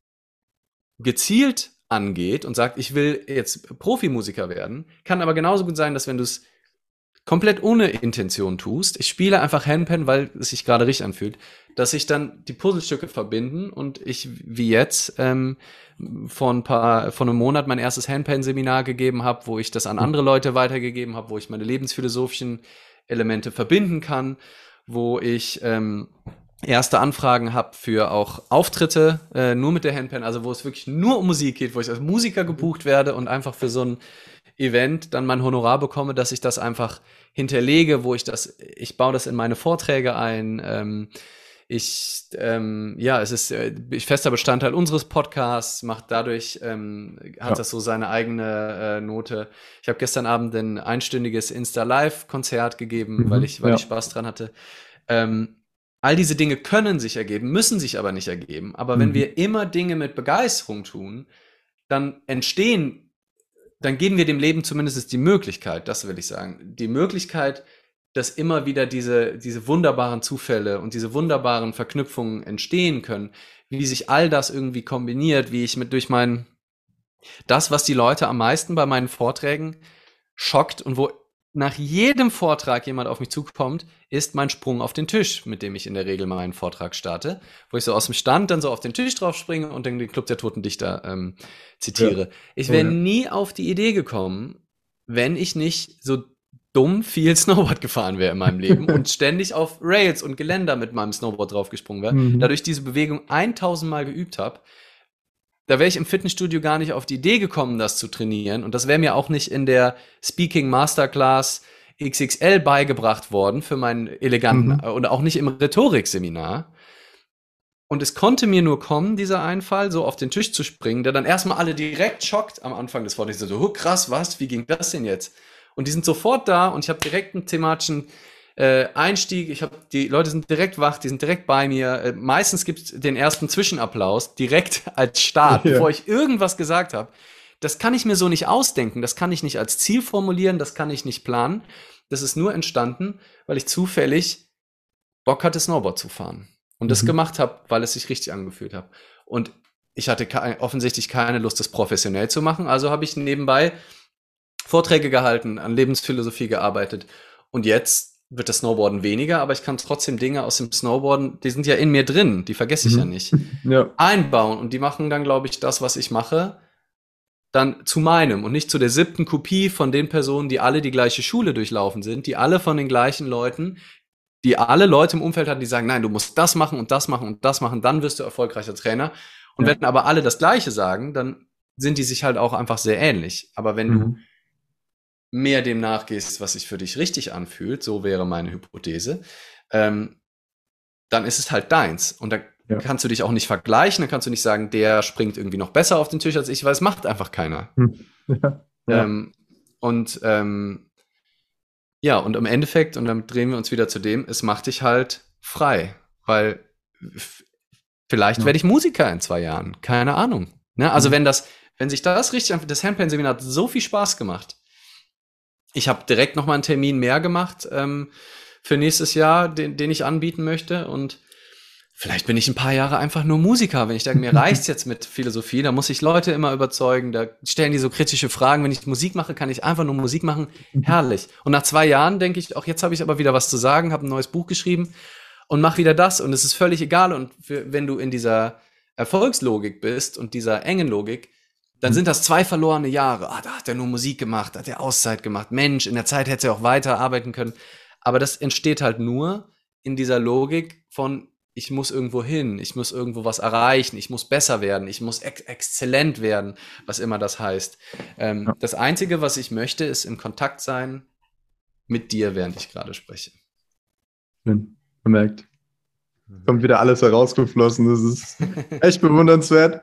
gezielt angeht und sagt, ich will jetzt Profimusiker werden, kann aber genauso gut sein, dass wenn du es komplett ohne Intention tust, ich spiele einfach Handpan, weil es sich gerade richtig anfühlt, dass sich dann die Puzzlestücke verbinden und ich, wie jetzt, vor einem Monat mein erstes Handpan-Seminar gegeben habe, wo ich das an andere Leute weitergegeben habe, wo ich meine lebensphilosophischen Elemente verbinden kann, wo ich erste Anfragen habe für auch Auftritte nur mit der Handpan, also wo es wirklich nur um Musik geht, wo ich als Musiker gebucht werde und einfach für so ein Event dann mein Honorar bekomme, dass ich das einfach hinterlege, ich baue das in meine Vorträge ein, es ist fester Bestandteil unseres Podcasts, hat das so seine eigene Note. Ich habe gestern Abend ein einstündiges Insta-Live-Konzert gegeben, weil ich Spaß dran hatte. All diese Dinge können sich ergeben, müssen sich aber nicht ergeben. Aber wenn wir immer Dinge mit Begeisterung tun, dann geben wir dem Leben zumindest die Möglichkeit, das will ich sagen, die Möglichkeit, dass immer wieder diese wunderbaren Zufälle und diese wunderbaren Verknüpfungen entstehen können, wie sich all das irgendwie kombiniert, wie ich das, was die Leute am meisten bei meinen Vorträgen schockt und wo nach jedem Vortrag jemand auf mich zukommt, ist mein Sprung auf den Tisch, mit dem ich in der Regel meinen Vortrag starte, wo ich so aus dem Stand dann so auf den Tisch drauf springe und dann den Club der Toten Dichter zitiere. Ja. Ich wäre nie auf die Idee gekommen, wenn ich nicht so dumm viel Snowboard gefahren wäre in meinem Leben und ständig auf Rails und Geländer mit meinem Snowboard draufgesprungen wäre, dadurch diese Bewegung 1000 Mal geübt habe. Da wäre ich im Fitnessstudio gar nicht auf die Idee gekommen, das zu trainieren. Und das wäre mir auch nicht in der Speaking Masterclass XXL beigebracht worden für meinen eleganten und auch nicht im Rhetorikseminar. Und es konnte mir nur kommen, dieser Einfall, so auf den Tisch zu springen, der dann erstmal alle direkt schockt am Anfang des Vortrags. So, krass, was? Wie ging das denn jetzt? Und die sind sofort da und ich habe direkt einen thematischen Einstieg, die Leute sind direkt wach, die sind direkt bei mir. Meistens gibt es den ersten Zwischenapplaus direkt als Start, bevor ich irgendwas gesagt habe. Das kann ich mir so nicht ausdenken, das kann ich nicht als Ziel formulieren, das kann ich nicht planen. Das ist nur entstanden, weil ich zufällig Bock hatte, Snowboard zu fahren. Und das gemacht habe, weil es sich richtig angefühlt hat. Und ich hatte offensichtlich keine Lust, das professionell zu machen, also habe ich nebenbei Vorträge gehalten, an Lebensphilosophie gearbeitet. Und jetzt wird das Snowboarden weniger, aber ich kann trotzdem Dinge aus dem Snowboarden, die sind ja in mir drin, die vergesse ich ja nicht, einbauen. Und die machen dann, glaube ich, das, was ich mache, dann zu meinem und nicht zu der 7. Kopie von den Personen, die alle die gleiche Schule durchlaufen sind, die alle von den gleichen Leuten, die alle Leute im Umfeld hatten, die sagen, nein, du musst das machen und das machen und das machen, dann wirst du erfolgreicher Trainer. Und wenn aber alle das Gleiche sagen, dann sind die sich halt auch einfach sehr ähnlich. Aber wenn du mehr dem nachgehst, was sich für dich richtig anfühlt, so wäre meine Hypothese, dann ist es halt deins. Und da kannst du dich auch nicht vergleichen, dann kannst du nicht sagen, der springt irgendwie noch besser auf den Tisch als ich, weil es macht einfach keiner. Und im Endeffekt, und dann drehen wir uns wieder zu dem, es macht dich halt frei, weil vielleicht werde ich Musiker in 2 Jahren, keine Ahnung. Ne? Also wenn sich das richtig anfühlt, das Handpan-Seminar hat so viel Spaß gemacht. Ich habe direkt nochmal einen Termin mehr gemacht für nächstes Jahr, den ich anbieten möchte. Und vielleicht bin ich ein paar Jahre einfach nur Musiker. Wenn ich denke, mir reicht's jetzt mit Philosophie, da muss ich Leute immer überzeugen. Da stellen die so kritische Fragen. Wenn ich Musik mache, kann ich einfach nur Musik machen. Herrlich. Und nach 2 Jahren denke ich, auch jetzt habe ich aber wieder was zu sagen, habe ein neues Buch geschrieben und mache wieder das. Und es ist völlig egal. Und wenn du in dieser Erfolgslogik bist und dieser engen Logik, dann sind das 2 verlorene Jahre. Da hat er nur Musik gemacht, hat er Auszeit gemacht. Mensch, in der Zeit hätte er auch weiter arbeiten können. Aber das entsteht halt nur in dieser Logik von, ich muss irgendwo hin, ich muss irgendwo was erreichen, ich muss besser werden, ich muss exzellent werden, was immer das heißt. Das Einzige, was ich möchte, ist in Kontakt sein mit dir, während ich gerade spreche. Schön, bemerkt. kommt wieder alles herausgeflossen. Das ist echt bewundernswert.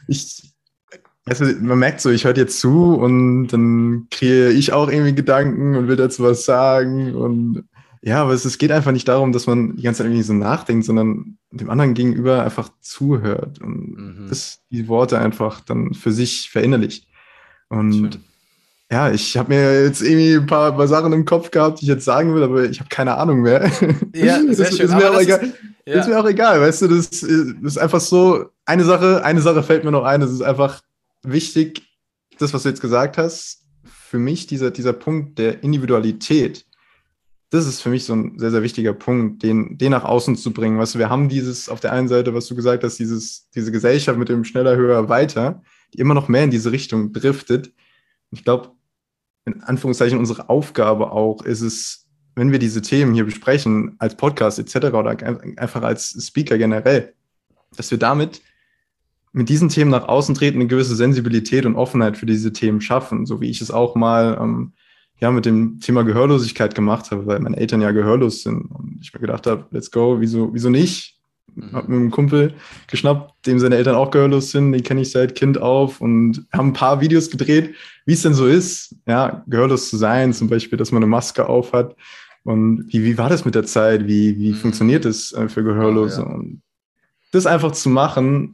Also man merkt so, ich höre dir zu und dann kriege ich auch irgendwie Gedanken und will dazu was sagen. Und ja, aber es geht einfach nicht darum, dass man die ganze Zeit irgendwie so nachdenkt, sondern dem anderen gegenüber einfach zuhört und die Worte einfach dann für sich verinnerlicht. Und Schön. ja, ich habe mir jetzt irgendwie ein paar Sachen im Kopf gehabt, die ich jetzt sagen will, aber ich habe keine Ahnung mehr. Ja, sehr schön. Ist mir Aber auch das ist, egal. Ist ja, mir auch egal, weißt du, das ist einfach so, eine Sache fällt mir noch ein, das ist einfach wichtig, das, was du jetzt gesagt hast, für mich dieser Punkt der Individualität, das ist für mich so ein sehr, sehr wichtiger Punkt, den nach außen zu bringen. Weißt du, wir haben dieses, auf der einen Seite, was du gesagt hast, diese Gesellschaft mit dem schneller, höher, weiter, die immer noch mehr in diese Richtung driftet. Ich glaube, in Anführungszeichen unsere Aufgabe auch ist es, wenn wir diese Themen hier besprechen, als Podcast etc. oder einfach als Speaker generell, dass wir damit mit diesen Themen nach außen treten, eine gewisse Sensibilität und Offenheit für diese Themen schaffen, so wie ich es auch mal ja, mit dem Thema Gehörlosigkeit gemacht habe, weil meine Eltern ja gehörlos sind und ich mir gedacht habe, let's go, wieso nicht? Hab mir einen Kumpel geschnappt, dem seine Eltern auch gehörlos sind, den kenne ich seit Kind auf und haben ein paar Videos gedreht, wie es denn so ist, ja, gehörlos zu sein, zum Beispiel, dass man eine Maske auf hat und wie war das mit der Zeit, wie funktioniert das für wow, Gehörlose ja. und das einfach zu machen,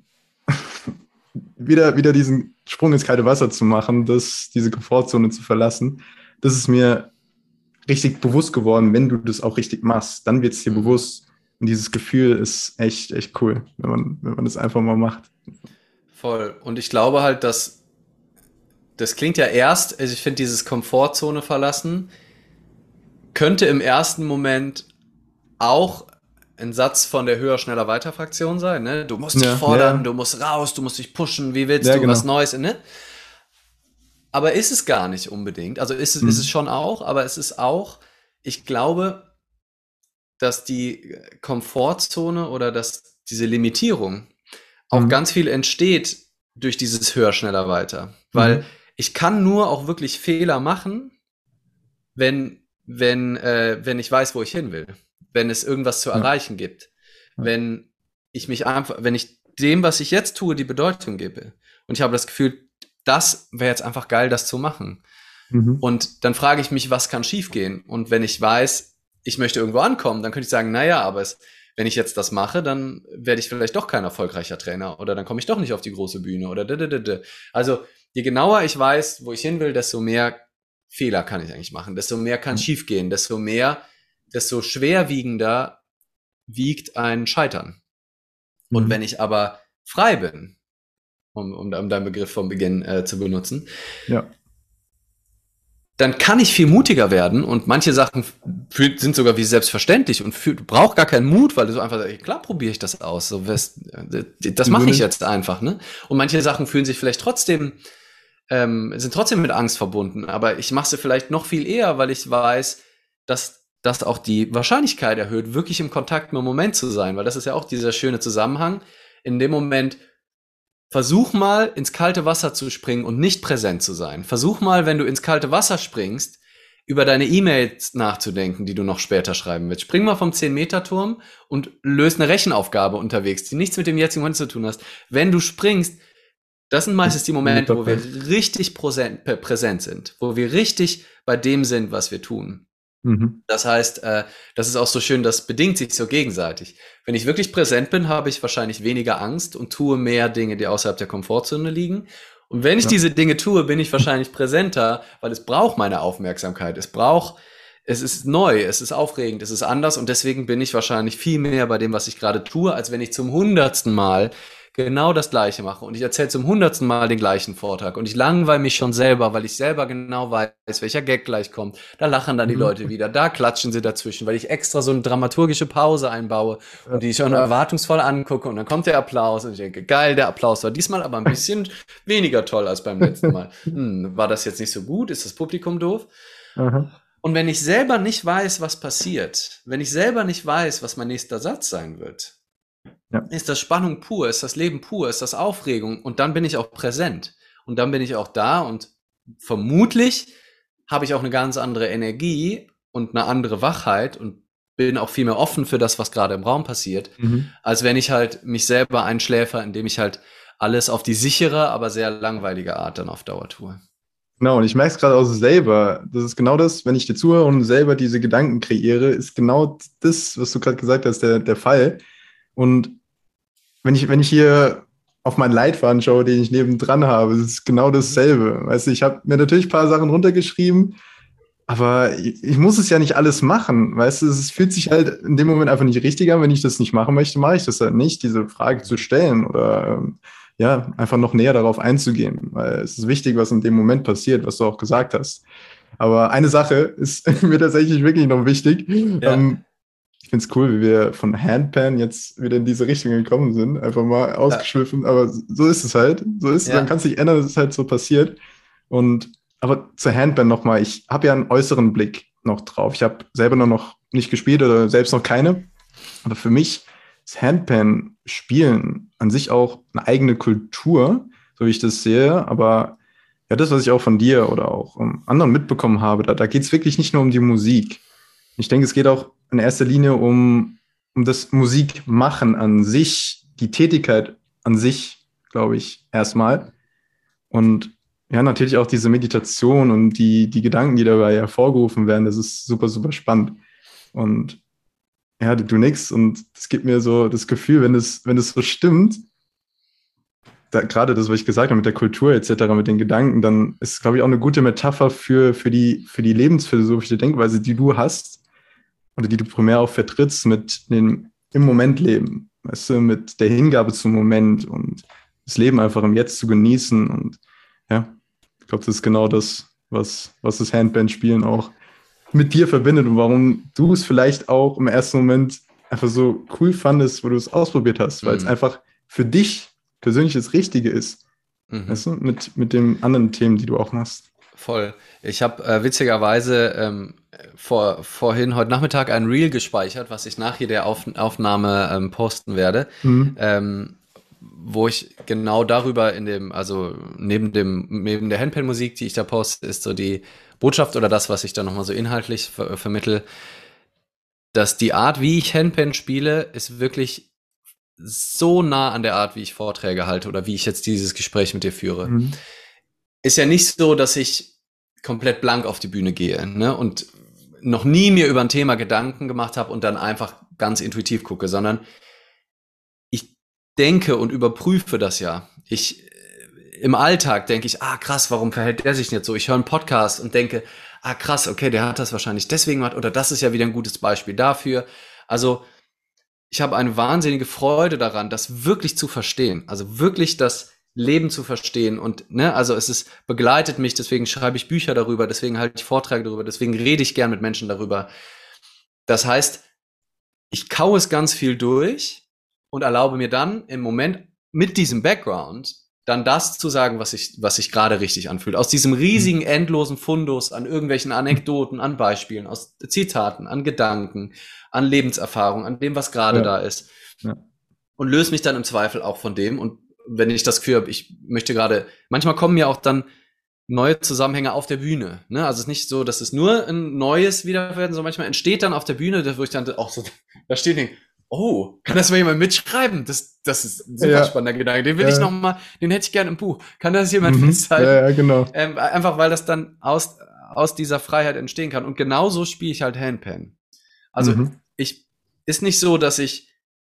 wieder diesen Sprung ins kalte Wasser zu machen, diese Komfortzone zu verlassen, das ist mir richtig bewusst geworden, wenn du das auch richtig machst, dann wird es dir bewusst. Und dieses Gefühl ist echt cool, wenn man das einfach mal macht. Voll. Und ich glaube halt, dass das klingt ja erst, also ich finde dieses Komfortzone verlassen, könnte im ersten Moment auch ein Satz von der höher, schneller, weiter Fraktion sein, ne? Du musst dich Ja, fordern, du musst raus, du musst dich pushen, wie willst ja, du was genau. Neues, ne? Aber ist es gar nicht unbedingt. Also ist es Mhm. schon auch, aber es ist auch, ich glaube, dass die Komfortzone oder dass diese Limitierung auch Mhm. ganz viel entsteht durch dieses höher, schneller, weiter. Weil Mhm. ich kann nur auch wirklich Fehler machen, wenn ich weiß, wo ich hin will. Wenn es irgendwas zu Ja, erreichen gibt. ja. Wenn ich dem, was ich jetzt tue, die Bedeutung gebe. Und ich habe das Gefühl, das wäre jetzt einfach geil, das zu machen. Mhm. Und dann frage ich mich, was kann schiefgehen? Und wenn ich weiß, ich möchte irgendwo ankommen, dann könnte ich sagen, naja, wenn ich jetzt das mache, dann werde ich vielleicht doch kein erfolgreicher Trainer oder dann komme ich doch nicht auf die große Bühne oder da. Also je genauer ich weiß, wo ich hin will, desto mehr Fehler kann ich eigentlich machen, desto mehr kann schiefgehen, desto schwerwiegender wiegt ein Scheitern. Und wenn Mhm. ich aber frei bin, um deinen Begriff vom Beginn zu benutzen, Ja. dann kann ich viel mutiger werden und manche Sachen sind sogar wie selbstverständlich und du brauchst gar keinen Mut, weil du so einfach sagst, klar probiere ich das aus, das Wieso mache ich nicht? jetzt einfach, ne? Und manche Sachen fühlen sich vielleicht trotzdem, sind trotzdem mit Angst verbunden, aber ich mache sie vielleicht noch viel eher, weil ich weiß, dass das auch die Wahrscheinlichkeit erhöht, wirklich im Kontakt mit dem Moment zu sein, weil das ist ja auch dieser schöne Zusammenhang. In dem Moment versuch mal, ins kalte Wasser zu springen und nicht präsent zu sein. Versuch mal, wenn du ins kalte Wasser springst, über deine E-Mails nachzudenken, die du noch später schreiben willst. Spring mal vom 10-Meter-Turm und löse eine Rechenaufgabe unterwegs, die nichts mit dem jetzigen Moment zu tun hast. Wenn du springst, das sind meistens die Momente, wo wir Perfekt. richtig präsent sind, wo wir richtig bei dem sind, was wir tun. Mhm. Das heißt, das ist auch so schön, das bedingt sich so gegenseitig. Wenn ich wirklich präsent bin, habe ich wahrscheinlich weniger Angst und tue mehr Dinge, die außerhalb der Komfortzone liegen. Und wenn ich Ja. diese Dinge tue, bin ich wahrscheinlich präsenter, weil es braucht meine Aufmerksamkeit. Es ist neu, es ist aufregend, es ist anders und deswegen bin ich wahrscheinlich viel mehr bei dem, was ich gerade tue, als wenn ich zum 100. Mal genau das Gleiche mache und ich erzähle zum 100. Mal den gleichen Vortrag und ich langweile mich schon selber, weil ich selber genau weiß, welcher Gag gleich kommt. Da lachen dann die Mhm. Leute wieder, da klatschen sie dazwischen, weil ich extra so eine dramaturgische Pause einbaue Ja. und die schon erwartungsvoll angucke und dann kommt der Applaus und ich denke, geil, der Applaus war diesmal aber ein bisschen weniger toll als beim letzten Mal. War das jetzt nicht so gut? Ist das Publikum doof? Aha. Und wenn ich selber nicht weiß, was passiert, wenn ich selber nicht weiß, was mein nächster Satz sein wird, Ja. ist das Spannung pur, ist das Leben pur, ist das Aufregung und dann bin ich auch präsent und dann bin ich auch da und vermutlich habe ich auch eine ganz andere Energie und eine andere Wachheit und bin auch viel mehr offen für das, was gerade im Raum passiert, als wenn ich halt mich selber einschläfer, indem ich halt alles auf die sichere, aber sehr langweilige Art dann auf Dauer tue. Genau, und ich merke es gerade auch selber. Das ist genau das, wenn ich dir zuhöre und selber diese Gedanken kreiere, ist genau das, was du gerade gesagt hast, der Fall. Und wenn ich hier auf meinen Leitfaden schaue, den ich nebendran habe, ist es genau dasselbe. Weißt du, ich habe mir natürlich ein paar Sachen runtergeschrieben, aber ich muss es ja nicht alles machen. Weißt du, es fühlt sich halt in dem Moment einfach nicht richtig an. Wenn ich das nicht machen möchte, mache ich das halt nicht, diese Frage zu stellen oder ja, einfach noch näher darauf einzugehen. Weil es ist wichtig, was in dem Moment passiert, was du auch gesagt hast. Aber eine Sache ist mir tatsächlich wirklich noch wichtig. Ja. Ich finde es cool, wie wir von Handpan jetzt wieder in diese Richtung gekommen sind. Einfach mal Ja. ausgeschliffen, aber so ist es halt. So ist es, dann kann es sich ändern, es ist halt so passiert. Aber zur Handpan nochmal, ich habe ja einen äußeren Blick noch drauf. Ich habe selber noch nicht gespielt oder selbst noch keine. Aber für mich ist Handpan-Spielen an sich auch eine eigene Kultur, so wie ich das sehe. Aber ja, das, was ich auch von dir oder auch anderen mitbekommen habe, da geht es wirklich nicht nur um die Musik. Ich denke, es geht auch in erster Linie um das Musikmachen an sich, die Tätigkeit an sich, glaube ich, erstmal. Und ja, natürlich auch diese Meditation und die Gedanken, die dabei hervorgerufen werden, das ist super, super spannend. Und ja, du nix und es gibt mir so das Gefühl, wenn es so stimmt, gerade das, was ich gesagt habe mit der Kultur etc., mit den Gedanken, dann ist es, glaube ich, auch eine gute Metapher für die lebensphilosophische Denkweise, die du hast oder die du primär auch vertrittst mit dem im Moment leben, weißt du, mit der Hingabe zum Moment und das Leben einfach im Jetzt zu genießen. Und ja, ich glaube, das ist genau das, was das Handband-Spielen auch mit dir verbindet und warum du es vielleicht auch im ersten Moment einfach so cool fandest, wo du es ausprobiert hast, weil es einfach für dich persönlich das Richtige ist. Weißt du, mit den anderen Themen, die du auch machst. Voll. Ich habe witzigerweise vorhin heute Nachmittag ein Reel gespeichert, was ich nach jeder Aufnahme posten werde, wo ich genau darüber also neben der Handpan-Musik, die ich da poste, ist so die Botschaft oder das, was ich da nochmal so inhaltlich vermittel, dass die Art, wie ich Handpan spiele, ist wirklich so nah an der Art, wie ich Vorträge halte oder wie ich jetzt dieses Gespräch mit dir führe. Ist ja nicht so, dass ich komplett blank auf die Bühne gehe, ne? Und noch nie mir über ein Thema Gedanken gemacht habe und dann einfach ganz intuitiv gucke, sondern ich denke und überprüfe das ja. Im Alltag denke ich, krass, warum verhält der sich nicht so? Ich höre einen Podcast und denke, krass, okay, der hat das wahrscheinlich deswegen gemacht oder das ist ja wieder ein gutes Beispiel dafür. Also ich habe eine wahnsinnige Freude daran, das wirklich zu verstehen. Also wirklich das Leben zu verstehen und also begleitet mich, deswegen schreibe ich Bücher darüber, deswegen halte ich Vorträge darüber, deswegen rede ich gern mit Menschen darüber. Das heißt, ich kaue es ganz viel durch und erlaube mir dann im Moment mit diesem Background dann das zu sagen, was sich gerade richtig anfühlt. Aus diesem riesigen, endlosen Fundus an irgendwelchen Anekdoten, an Beispielen, aus Zitaten, an Gedanken, an Lebenserfahrung, an dem, was gerade da ist. Ja. Und löse mich dann im Zweifel auch von dem. Und wenn ich das Gefühl habe, ich möchte gerade, manchmal kommen mir auch dann neue Zusammenhänge auf der Bühne. Ne? Also es ist nicht so, dass es nur ein neues Wiederverwerten, sondern manchmal entsteht dann auf der Bühne, wo ich dann auch so da stehe und denke, kann das mal jemand mitschreiben? Das ist ein super spannender Gedanke. Den will ich noch mal, den hätte ich gerne im Buch. Kann das jemand festhalten? Ja, genau. Einfach, weil das dann aus dieser Freiheit entstehen kann. Und genauso spiele ich halt Handpan. Also ist nicht so, dass ich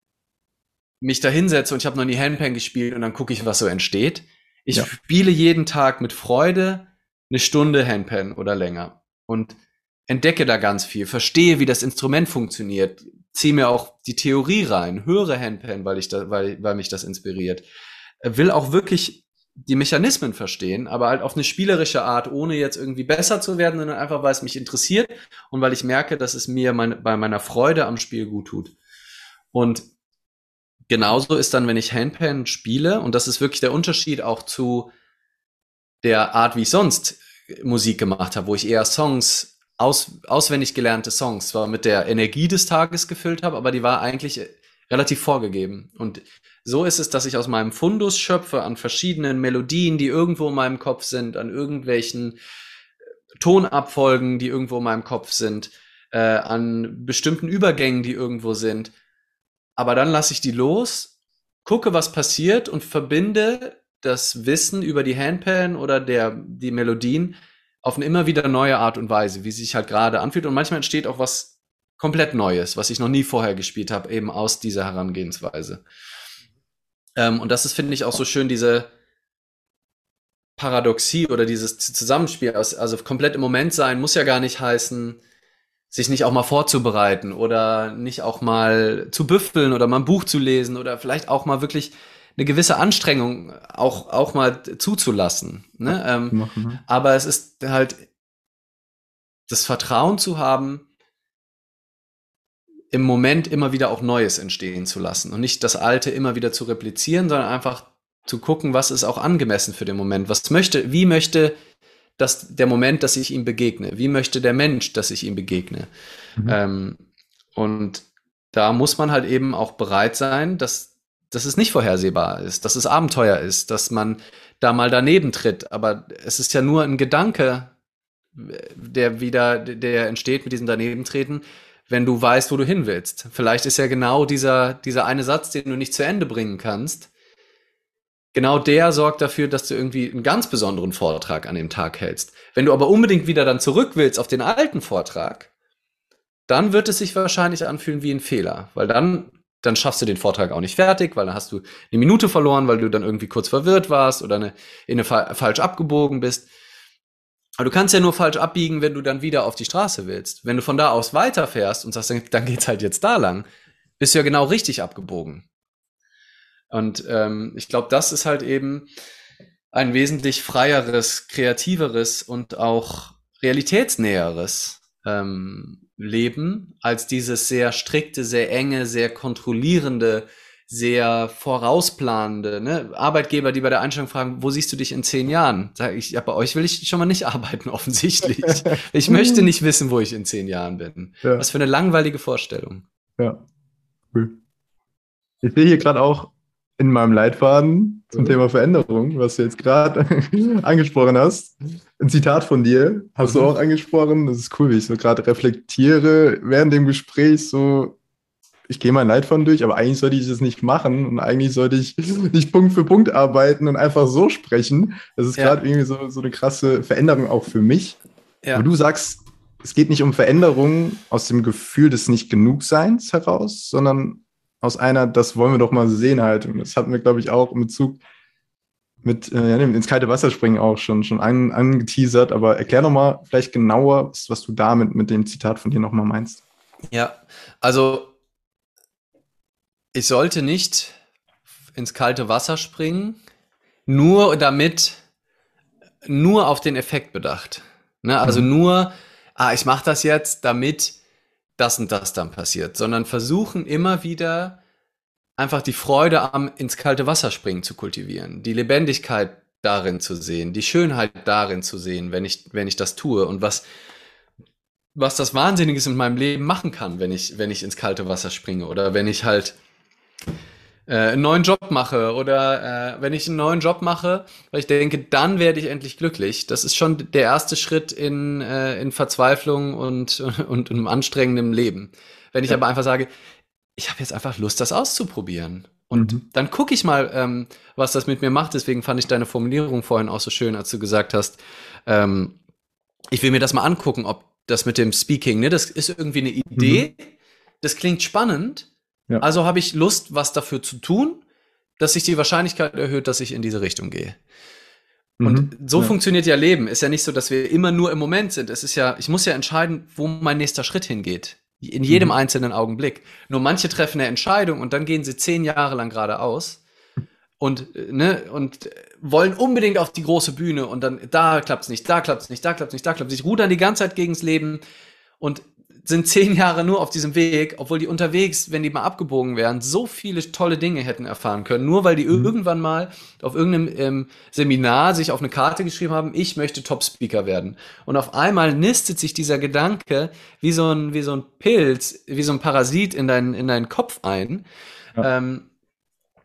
mich da hinsetze und ich habe noch nie Handpan gespielt und dann gucke ich, was so entsteht. Ich spiele jeden Tag mit Freude eine Stunde Handpan oder länger und entdecke da ganz viel, verstehe, wie das Instrument funktioniert, ziehe mir auch die Theorie rein, höre Handpan, weil mich das inspiriert. Will auch wirklich die Mechanismen verstehen, aber halt auf eine spielerische Art, ohne jetzt irgendwie besser zu werden, sondern einfach, weil es mich interessiert und weil ich merke, dass es mir bei meiner Freude am Spiel gut tut. Und genauso ist dann, wenn ich Handpan spiele, und das ist wirklich der Unterschied auch zu der Art, wie ich sonst Musik gemacht habe, wo ich eher Songs auswendig gelernte Songs zwar mit der Energie des Tages gefüllt habe, aber die war eigentlich relativ vorgegeben. Und so ist es, dass ich aus meinem Fundus schöpfe an verschiedenen Melodien, die irgendwo in meinem Kopf sind, an irgendwelchen Tonabfolgen, die irgendwo in meinem Kopf sind, an bestimmten Übergängen, die irgendwo sind. Aber dann lasse ich die los, gucke, was passiert und verbinde das Wissen über die Handpan oder die Melodien auf eine immer wieder neue Art und Weise, wie sie sich halt gerade anfühlt. Und manchmal entsteht auch was komplett Neues, was ich noch nie vorher gespielt habe, eben aus dieser Herangehensweise. Und das ist, finde ich, auch so schön, diese Paradoxie oder dieses Zusammenspiel, also komplett im Moment sein, muss ja gar nicht heißen, sich nicht auch mal vorzubereiten oder nicht auch mal zu büffeln oder mal ein Buch zu lesen oder vielleicht auch mal wirklich eine gewisse Anstrengung auch mal zuzulassen. Ne? Machen, ne? Aber es ist halt das Vertrauen zu haben, im Moment immer wieder auch Neues entstehen zu lassen und nicht das Alte immer wieder zu replizieren, sondern einfach zu gucken, was ist auch angemessen für den Moment. Wie möchte der Moment, dass ich ihm begegne? Wie möchte der Mensch, dass ich ihm begegne? Und da muss man halt eben auch bereit sein, dass es nicht vorhersehbar ist, dass es Abenteuer ist, dass man da mal daneben tritt. Aber es ist ja nur ein Gedanke, der entsteht mit diesem Danebentreten, wenn du weißt, wo du hin willst. Vielleicht ist ja genau dieser eine Satz, den du nicht zu Ende bringen kannst, genau der sorgt dafür, dass du irgendwie einen ganz besonderen Vortrag an dem Tag hältst. Wenn du aber unbedingt wieder dann zurück willst auf den alten Vortrag, dann wird es sich wahrscheinlich anfühlen wie ein Fehler, weil dann schaffst du den Vortrag auch nicht fertig, weil dann hast du eine Minute verloren, weil du dann irgendwie kurz verwirrt warst oder falsch abgebogen bist. Aber du kannst ja nur falsch abbiegen, wenn du dann wieder auf die Straße willst. Wenn du von da aus weiterfährst und sagst, dann geht's halt jetzt da lang, bist du ja genau richtig abgebogen. Und ich glaube, das ist halt eben ein wesentlich freieres, kreativeres und auch realitätsnäheres Leben als dieses sehr strikte, sehr enge, sehr kontrollierende, sehr vorausplanende. Ne? Arbeitgeber, die bei der Einstellung fragen, wo siehst du dich in 10 Jahren? Sag ich, ja, bei euch will ich schon mal nicht arbeiten, offensichtlich. Ich möchte nicht wissen, wo ich in 10 Jahren bin. Ja. Was für eine langweilige Vorstellung. Ja, cool. Ich sehe hier gerade auch in meinem Leitfaden zum Thema Veränderung, was du jetzt gerade angesprochen hast, ein Zitat von dir, hast du auch angesprochen. Das ist cool, wie ich so gerade reflektiere während dem Gespräch, so, ich gehe mein Leitfaden durch, aber eigentlich sollte ich das nicht machen und eigentlich sollte ich nicht Punkt für Punkt arbeiten und einfach so sprechen. Das ist gerade irgendwie so eine krasse Veränderung auch für mich. Ja. Aber du sagst, es geht nicht um Veränderung aus dem Gefühl des Nicht-Genug-Seins heraus, sondern aus einer, das wollen wir doch mal sehen halt. Und das hatten wir, glaube ich, auch im Bezug mit ins kalte Wasser springen auch schon angeteasert. Aber erklär doch mal vielleicht genauer, was du damit mit dem Zitat von dir nochmal meinst. Ja, also ich sollte nicht ins kalte Wasser springen, nur auf den Effekt bedacht. Ne? Also nur, ich mache das jetzt, damit das und das dann passiert, sondern versuchen immer wieder einfach die Freude am ins kalte Wasser springen zu kultivieren, die Lebendigkeit darin zu sehen, die Schönheit darin zu sehen, wenn ich das tue und was das Wahnsinniges in meinem Leben machen kann, wenn ich ins kalte Wasser springe oder wenn ich halt einen neuen Job mache oder wenn ich einen neuen Job mache, weil ich denke, dann werde ich endlich glücklich. Das ist schon der erste Schritt in Verzweiflung und einem anstrengenden Leben. Wenn ich aber einfach sage, ich habe jetzt einfach Lust, das auszuprobieren. Und dann gucke ich mal, was das mit mir macht. Deswegen fand ich deine Formulierung vorhin auch so schön, als du gesagt hast, ich will mir das mal angucken, ob das mit dem Speaking, ne, das ist irgendwie eine Idee, das klingt spannend. Ja. Also habe ich Lust, was dafür zu tun, dass sich die Wahrscheinlichkeit erhöht, dass ich in diese Richtung gehe. Und so funktioniert ja Leben. Ist ja nicht so, dass wir immer nur im Moment sind. Es ist ja, ich muss ja entscheiden, wo mein nächster Schritt hingeht. In jedem einzelnen Augenblick. Nur manche treffen eine Entscheidung und dann gehen sie 10 Jahre lang geradeaus und wollen unbedingt auf die große Bühne und dann da klappt's nicht, da klappt's nicht, da klappt's nicht, da klappt's nicht. Rudern die ganze Zeit gegens Leben und sind 10 Jahre nur auf diesem Weg, obwohl die unterwegs, wenn die mal abgebogen wären, so viele tolle Dinge hätten erfahren können, nur weil die irgendwann mal auf irgendeinem Seminar sich auf eine Karte geschrieben haben, ich möchte Top-Speaker werden. Und auf einmal nistet sich dieser Gedanke wie so ein Pilz, wie so ein Parasit in deinen Kopf ein. Ja.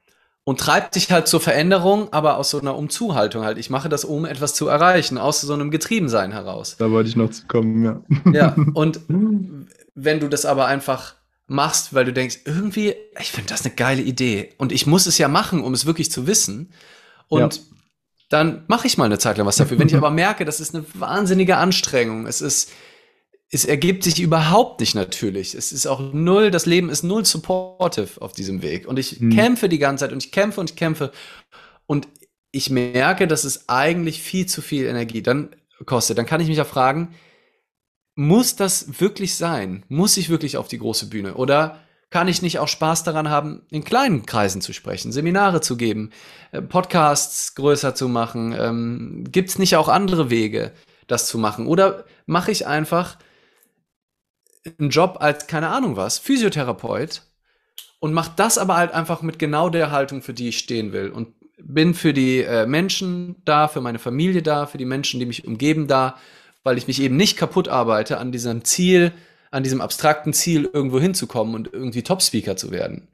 und treibt dich halt zur Veränderung, aber aus so einer Umzuhaltung halt. Ich mache das, um etwas zu erreichen, aus so einem Getriebensein heraus. Da wollte ich noch zu kommen, ja. Ja, und wenn du das aber einfach machst, weil du denkst, irgendwie, ich finde das eine geile Idee und ich muss es ja machen, um es wirklich zu wissen. Ja. Und dann mache ich mal eine Zeit lang was dafür. Wenn ich aber merke, das ist eine wahnsinnige Anstrengung, es ergibt sich überhaupt nicht natürlich. Es ist auch null, das Leben ist null supportive auf diesem Weg. Und ich kämpfe die ganze Zeit und ich kämpfe und ich kämpfe. Und ich merke, dass es eigentlich viel zu viel Energie dann kostet. Dann kann ich mich ja fragen, muss das wirklich sein? Muss ich wirklich auf die große Bühne? Oder kann ich nicht auch Spaß daran haben, in kleinen Kreisen zu sprechen, Seminare zu geben, Podcasts größer zu machen? Gibt es nicht auch andere Wege, das zu machen? Oder mache ich einfach einen Job als, keine Ahnung was, Physiotherapeut und mache das aber halt einfach mit genau der Haltung, für die ich stehen will und bin für die Menschen da, für meine Familie da, für die Menschen, die mich umgeben da, weil ich mich eben nicht kaputt arbeite an diesem Ziel, an diesem abstrakten Ziel, irgendwo hinzukommen und irgendwie Top-Speaker zu werden.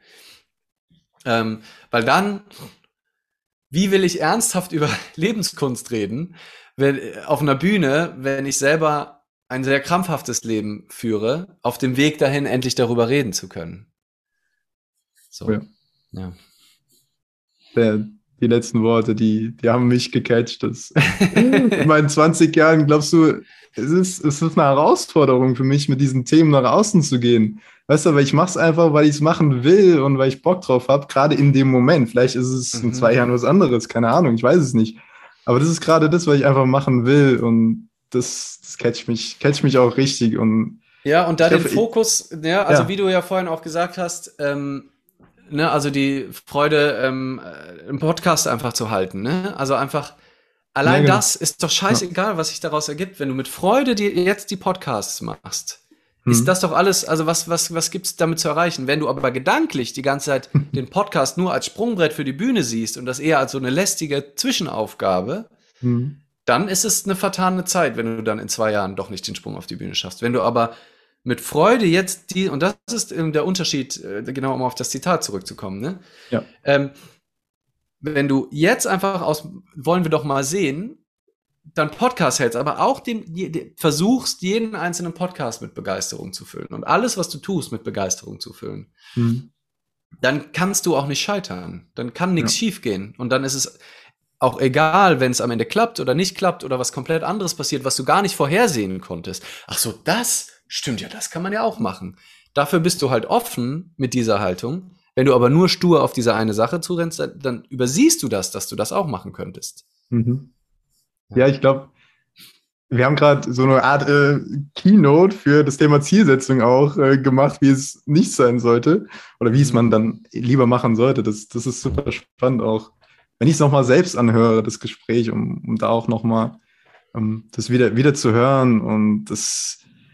Weil dann, wie will ich ernsthaft über Lebenskunst reden, auf einer Bühne, wenn ich selber ein sehr krampfhaftes Leben führe, auf dem Weg dahin, endlich darüber reden zu können. So. Ja. Die letzten Worte, die haben mich gecatcht. In meinen 20 Jahren, glaubst du, es ist eine Herausforderung für mich, mit diesen Themen nach außen zu gehen. Weißt du, aber ich mache es einfach, weil ich es machen will und weil ich Bock drauf habe, gerade in dem Moment. Vielleicht ist es in 2 Jahren was anderes, keine Ahnung, ich weiß es nicht. Aber das ist gerade das, was ich einfach machen will und das catcht mich auch richtig. Und ja, und da den Fokus, ja, also wie du ja vorhin auch gesagt hast, also die Freude, einen Podcast einfach zu halten, ne? Also einfach, allein das ist doch scheißegal, was sich daraus ergibt. Wenn du mit Freude dir jetzt die Podcasts machst, ist das doch alles, also was gibt's damit zu erreichen? Wenn du aber gedanklich die ganze Zeit den Podcast nur als Sprungbrett für die Bühne siehst und das eher als so eine lästige Zwischenaufgabe, dann ist es eine vertane Zeit, wenn du dann in 2 Jahren doch nicht den Sprung auf die Bühne schaffst. Wenn du aber mit Freude jetzt und das ist der Unterschied, genau um auf das Zitat zurückzukommen, ne? Ja. Wenn du jetzt einfach wollen wir doch mal sehen, dann Podcast hältst, aber auch versuchst, jeden einzelnen Podcast mit Begeisterung zu füllen und alles, was du tust, mit Begeisterung zu füllen, dann kannst du auch nicht scheitern. Dann kann nichts schiefgehen. Und dann ist es auch egal, wenn es am Ende klappt oder nicht klappt oder was komplett anderes passiert, was du gar nicht vorhersehen konntest. Ach so, das stimmt ja, das kann man ja auch machen. Dafür bist du halt offen mit dieser Haltung. Wenn du aber nur stur auf diese eine Sache zurennst, dann übersiehst du das, dass du das auch machen könntest. Ja, ich glaube, wir haben gerade so eine Art Keynote für das Thema Zielsetzung auch gemacht, wie es nicht sein sollte oder wie es man dann lieber machen sollte. Das ist super spannend auch. Wenn ich es nochmal selbst anhöre, das Gespräch, um da auch nochmal das wieder zu hören und das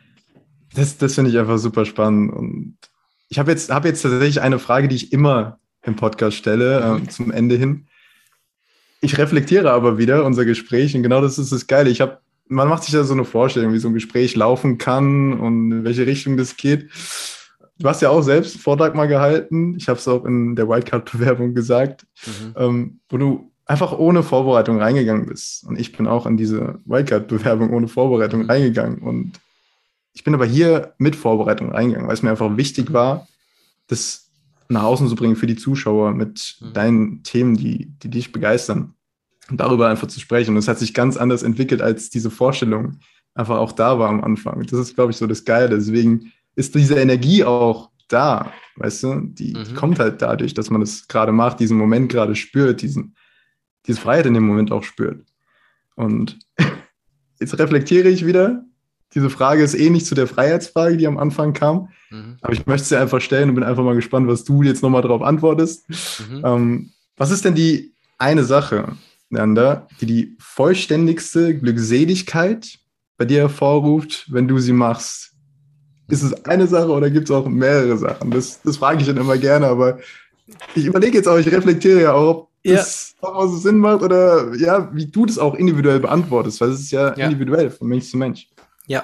finde ich einfach super spannend. Und ich habe jetzt tatsächlich eine Frage, die ich immer im Podcast stelle, zum Ende hin. Ich reflektiere aber wieder unser Gespräch und genau das ist das Geile. Man macht sich da so eine Vorstellung, wie so ein Gespräch laufen kann und in welche Richtung das geht. Du hast ja auch selbst einen Vortrag mal gehalten. Ich habe es auch in der Wildcard-Bewerbung gesagt, wo du einfach ohne Vorbereitung reingegangen bist. Und ich bin auch in diese Wildcard-Bewerbung ohne Vorbereitung reingegangen. Und ich bin aber hier mit Vorbereitung reingegangen, weil es mir einfach wichtig war, das nach außen zu bringen für die Zuschauer mit deinen Themen, die dich begeistern. Und darüber einfach zu sprechen. Und es hat sich ganz anders entwickelt, als diese Vorstellung einfach auch da war am Anfang. Das ist, glaube ich, so das Geile. Deswegen ist diese Energie auch da, weißt du? Die kommt halt dadurch, dass man das gerade macht, diesen Moment gerade spürt, diese Freiheit in dem Moment auch spürt. Und jetzt reflektiere ich wieder. Diese Frage ist ähnlich zu der Freiheitsfrage, die am Anfang kam. Aber ich möchte sie einfach stellen und bin einfach mal gespannt, was du jetzt nochmal darauf antwortest. Was ist denn die eine Sache, Leander, die vollständigste Glückseligkeit bei dir hervorruft, wenn du sie machst? Ist es eine Sache oder gibt es auch mehrere Sachen? Das frage ich dann immer gerne, aber ich überlege jetzt auch, ich reflektiere ja auch, ob das auch so Sinn macht oder ja, wie du das auch individuell beantwortest, weil es ist ja individuell von Mensch zu Mensch. Ja,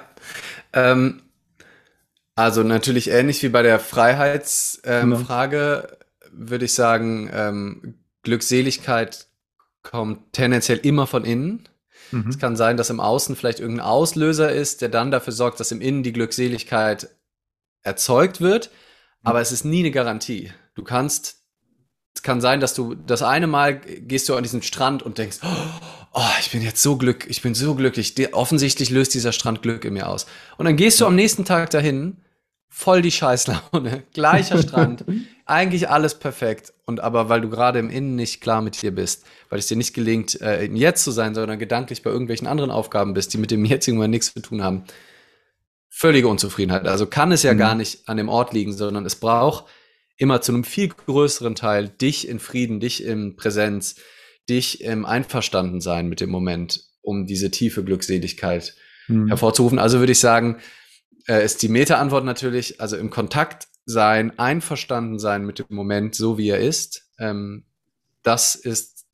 also natürlich ähnlich wie bei der Freiheitsfrage würde ich sagen, Glückseligkeit kommt tendenziell immer von innen. Es Mhm. kann sein, dass im Außen vielleicht irgendein Auslöser ist, der dann dafür sorgt, dass im Innen die Glückseligkeit erzeugt wird, aber es ist nie eine Garantie. Es kann sein, dass du das eine Mal gehst du an diesen Strand und denkst, oh, ich bin so glücklich. Offensichtlich löst dieser Strand Glück in mir aus. Und dann gehst du am nächsten Tag dahin, voll die Scheißlaune, gleicher Strand, eigentlich alles perfekt. Und aber weil du gerade im Innen nicht klar mit dir bist, weil es dir nicht gelingt, im Jetzt zu sein, sondern gedanklich bei irgendwelchen anderen Aufgaben bist, die mit dem jetzigen Moment nichts zu tun haben, völlige Unzufriedenheit. Also kann es ja gar Mhm. nicht an dem Ort liegen, sondern es braucht immer zu einem viel größeren Teil dich in Frieden, dich in Präsenz, dich im Einverstandensein mit dem Moment, um diese tiefe Glückseligkeit Mhm. hervorzurufen. Also würde ich sagen, ist die Meta-Antwort natürlich, also im Kontakt sein, einverstanden sein mit dem Moment, so wie er ist. Das ist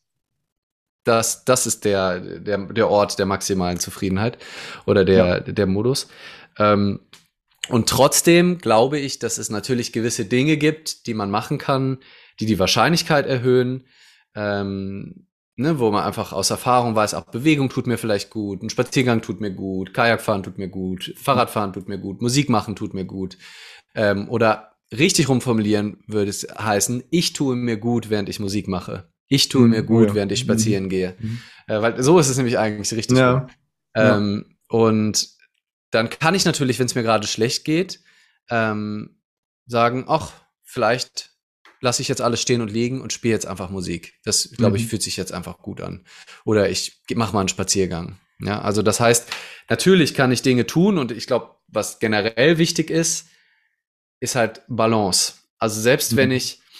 das ist der Ort der maximalen Zufriedenheit oder Ja. der Modus. Ähm, und trotzdem glaube ich, dass es natürlich gewisse Dinge gibt, die man machen kann, die die Wahrscheinlichkeit erhöhen, wo man einfach aus Erfahrung weiß, auch Bewegung tut mir vielleicht gut, ein Spaziergang tut mir gut, Kajakfahren tut mir gut, Fahrradfahren tut mir gut, Musik machen tut mir gut. Oder richtig rumformulieren würde es heißen, ich tue mir gut, während ich Musik mache. Ich tue mir Mhm. Oh gut, ja. während ich Mhm. spazieren gehe. Mhm. Weil so ist es nämlich eigentlich richtig rum. Ja. Ja. Und dann kann ich natürlich, wenn es mir gerade schlecht geht, sagen, ach, vielleicht lasse ich jetzt alles stehen und liegen und spiele jetzt einfach Musik. Das, glaube ich, Mhm. fühlt sich jetzt einfach gut an. Oder ich mache mal einen Spaziergang. Ja, also das heißt, natürlich kann ich Dinge tun und ich glaube, was generell wichtig ist halt Balance. Also selbst wenn Mhm. ich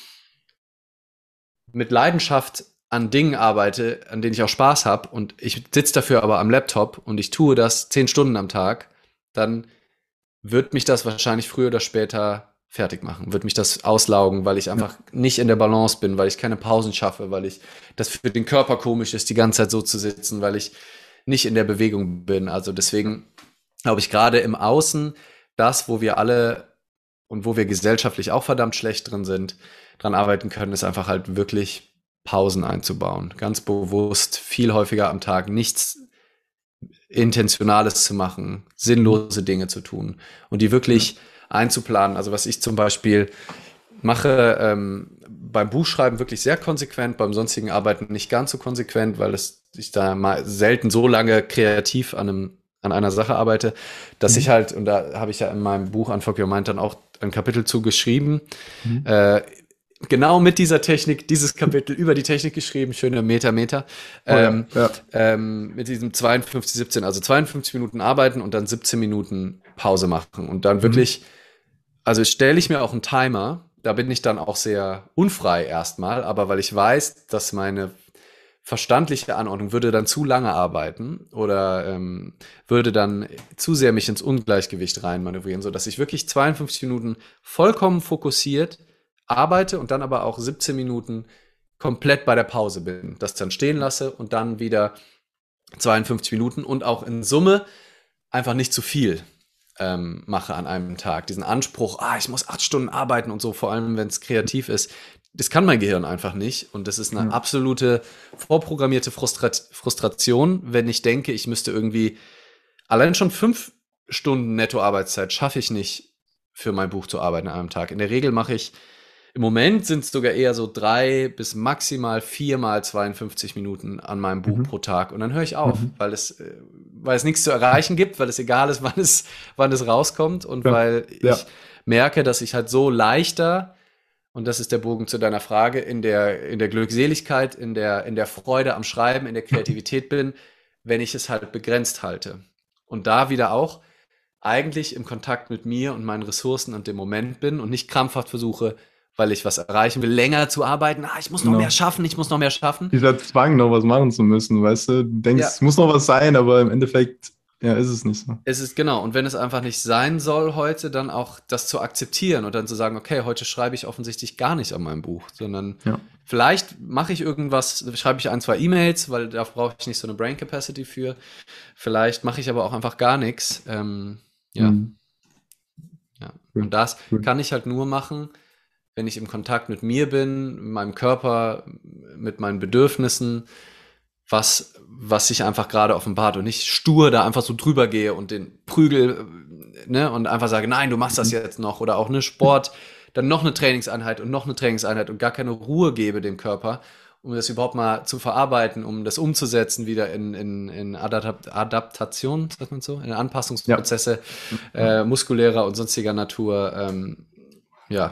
mit Leidenschaft an Dingen arbeite, an denen ich auch Spaß habe und ich sitze dafür aber am Laptop und ich tue das 10 Stunden am Tag, dann wird mich das wahrscheinlich früher oder später fertig machen, wird mich das auslaugen, weil ich Ja. einfach nicht in der Balance bin, weil ich keine Pausen schaffe, weil ich das für den Körper komisch ist, die ganze Zeit so zu sitzen, weil ich nicht in der Bewegung bin. Also deswegen glaube ich gerade im Außen, das, wo wir alle und wo wir gesellschaftlich auch verdammt schlecht drin sind, dran arbeiten können, ist einfach halt wirklich Pausen einzubauen. Ganz bewusst, viel häufiger am Tag nichts Intentionales zu machen, Mhm. sinnlose Dinge zu tun und die Ja. wirklich einzuplanen. Also was ich zum Beispiel mache beim Buchschreiben wirklich sehr konsequent, beim sonstigen Arbeiten nicht ganz so konsequent, weil ich da mal selten so lange kreativ an einer Sache arbeite, dass ich Mhm. halt, und da habe ich ja in meinem Buch Unfuck Your Mind dann auch ein Kapitel zugeschrieben, Mhm. äh, genau mit dieser Technik, dieses Kapitel über die Technik geschrieben, schöne Meter, Oh ja. Ja. mit diesem 52, 17, also 52 Minuten arbeiten und dann 17 Minuten Pause machen und dann Mhm. wirklich, also stelle ich mir auch einen Timer, da bin ich dann auch sehr unfrei erstmal, aber weil ich weiß, dass meine verstandliche Anordnung würde dann zu lange arbeiten oder würde dann zu sehr mich ins Ungleichgewicht reinmanövrieren, sodass ich wirklich 52 Minuten vollkommen fokussiert arbeite und dann aber auch 17 Minuten komplett bei der Pause bin, das dann stehen lasse und dann wieder 52 Minuten und auch in Summe einfach nicht zu viel mache an einem Tag. Diesen Anspruch, ich muss 8 Stunden arbeiten und so, vor allem wenn es kreativ ist, das kann mein Gehirn einfach nicht. Und das ist eine Ja. absolute vorprogrammierte Frustration, wenn ich denke, ich müsste irgendwie allein schon 5 Stunden Netto-Arbeitszeit schaffe ich nicht, für mein Buch zu arbeiten an einem Tag. In der Regel mache ich im Moment sind es sogar eher so 3 bis maximal 4 mal 52 Minuten an meinem Buch Mhm. pro Tag. Und dann höre ich auf, Mhm. weil es nichts zu erreichen gibt, weil es egal ist, wann es rauskommt und Ja. weil ich Ja. merke, dass ich halt so leichter, und das ist der Bogen zu deiner Frage, in der Glückseligkeit, in der Freude am Schreiben, in der Kreativität bin, wenn ich es halt begrenzt halte. Und da wieder auch eigentlich im Kontakt mit mir und meinen Ressourcen und dem Moment bin und nicht krampfhaft versuche, weil ich was erreichen will, länger zu arbeiten. Ich muss noch mehr Genau. schaffen, ich muss noch mehr schaffen. Dieser Zwang, noch was machen zu müssen, weißt du? Du denkst, Ja, es muss noch was sein, aber im Endeffekt, ja, ist es nicht so. es ist genau. Und wenn es einfach nicht sein soll heute, dann auch das zu akzeptieren und dann zu sagen, okay, heute schreibe ich offensichtlich gar nicht an meinem Buch, sondern Ja. vielleicht mache ich irgendwas, schreibe ich 1, 2 E-Mails, weil da brauche ich nicht so eine Brain Capacity für. Vielleicht mache ich aber auch einfach gar nichts. Ja, Mhm. ja. Cool. Und das Cool. kann ich halt nur machen, wenn ich im Kontakt mit mir bin, mit meinem Körper, mit meinen Bedürfnissen, was sich einfach gerade offenbart und nicht stur da einfach so drüber gehe und den Prügel, ne, und einfach sage, nein, du machst das jetzt noch, oder auch eine Sport, dann noch eine Trainingseinheit und gar keine Ruhe gebe dem Körper, um das überhaupt mal zu verarbeiten, um das umzusetzen wieder in Adaptation, sagt man so, in Ja. Anpassungsprozesse muskulärer und sonstiger Natur. Ja.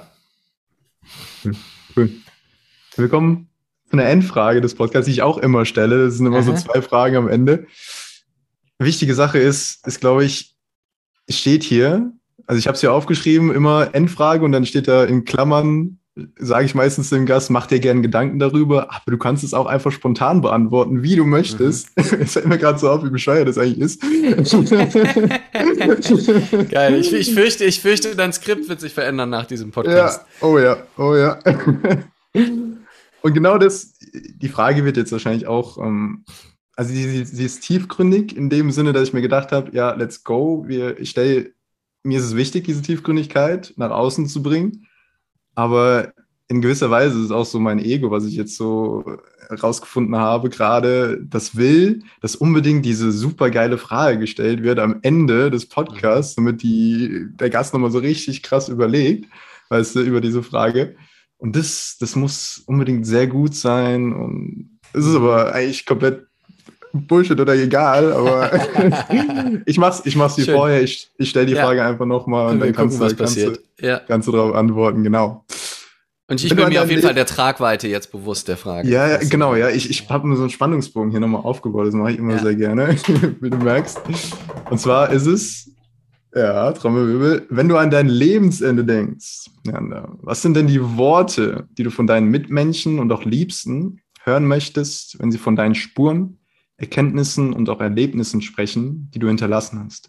Cool. Willkommen zu einer Endfrage des Podcasts, die ich auch immer stelle. Das sind immer so 2 Fragen am Ende. Wichtige Sache ist, glaube ich, steht hier, also ich habe es hier aufgeschrieben, immer Endfrage und dann steht da in Klammern, sage ich meistens dem Gast, mach dir gerne Gedanken darüber, aber du kannst es auch einfach spontan beantworten, wie du möchtest. Es fällt mir gerade so auf, wie bescheuert das eigentlich ist. Geil, ich fürchte, dein Skript wird sich verändern nach diesem Podcast. Ja, oh ja, oh ja. Und genau das, die Frage wird jetzt wahrscheinlich auch, also sie ist tiefgründig in dem Sinne, dass ich mir gedacht habe, ja, let's go. Mir ist es wichtig, diese Tiefgründigkeit nach außen zu bringen. Aber in gewisser Weise ist es auch so mein Ego, was ich jetzt so herausgefunden habe, gerade das will, dass unbedingt diese super geile Frage gestellt wird am Ende des Podcasts, damit der Gast nochmal so richtig krass überlegt, weißt du, über diese Frage. Und das muss unbedingt sehr gut sein. Und es ist aber eigentlich komplett Bullshit oder egal, aber ich mach's wie Schön. vorher. Ich stelle die Frage einfach nochmal und dann gucken, was passiert. Kannst du darauf antworten, genau. Und ich bin mir auf jeden Fall der Tragweite jetzt bewusst der Frage. Ja, genau, ja. Ich habe mir so einen Spannungsbogen hier nochmal aufgebaut, das mache ich immer sehr gerne, wie du merkst. Und zwar ist es, ja, Trommelwirbel, wenn du an dein Lebensende denkst, was sind denn die Worte, die du von deinen Mitmenschen und auch Liebsten hören möchtest, wenn sie von deinen Spuren, Erkenntnissen und auch Erlebnissen sprechen, die du hinterlassen hast?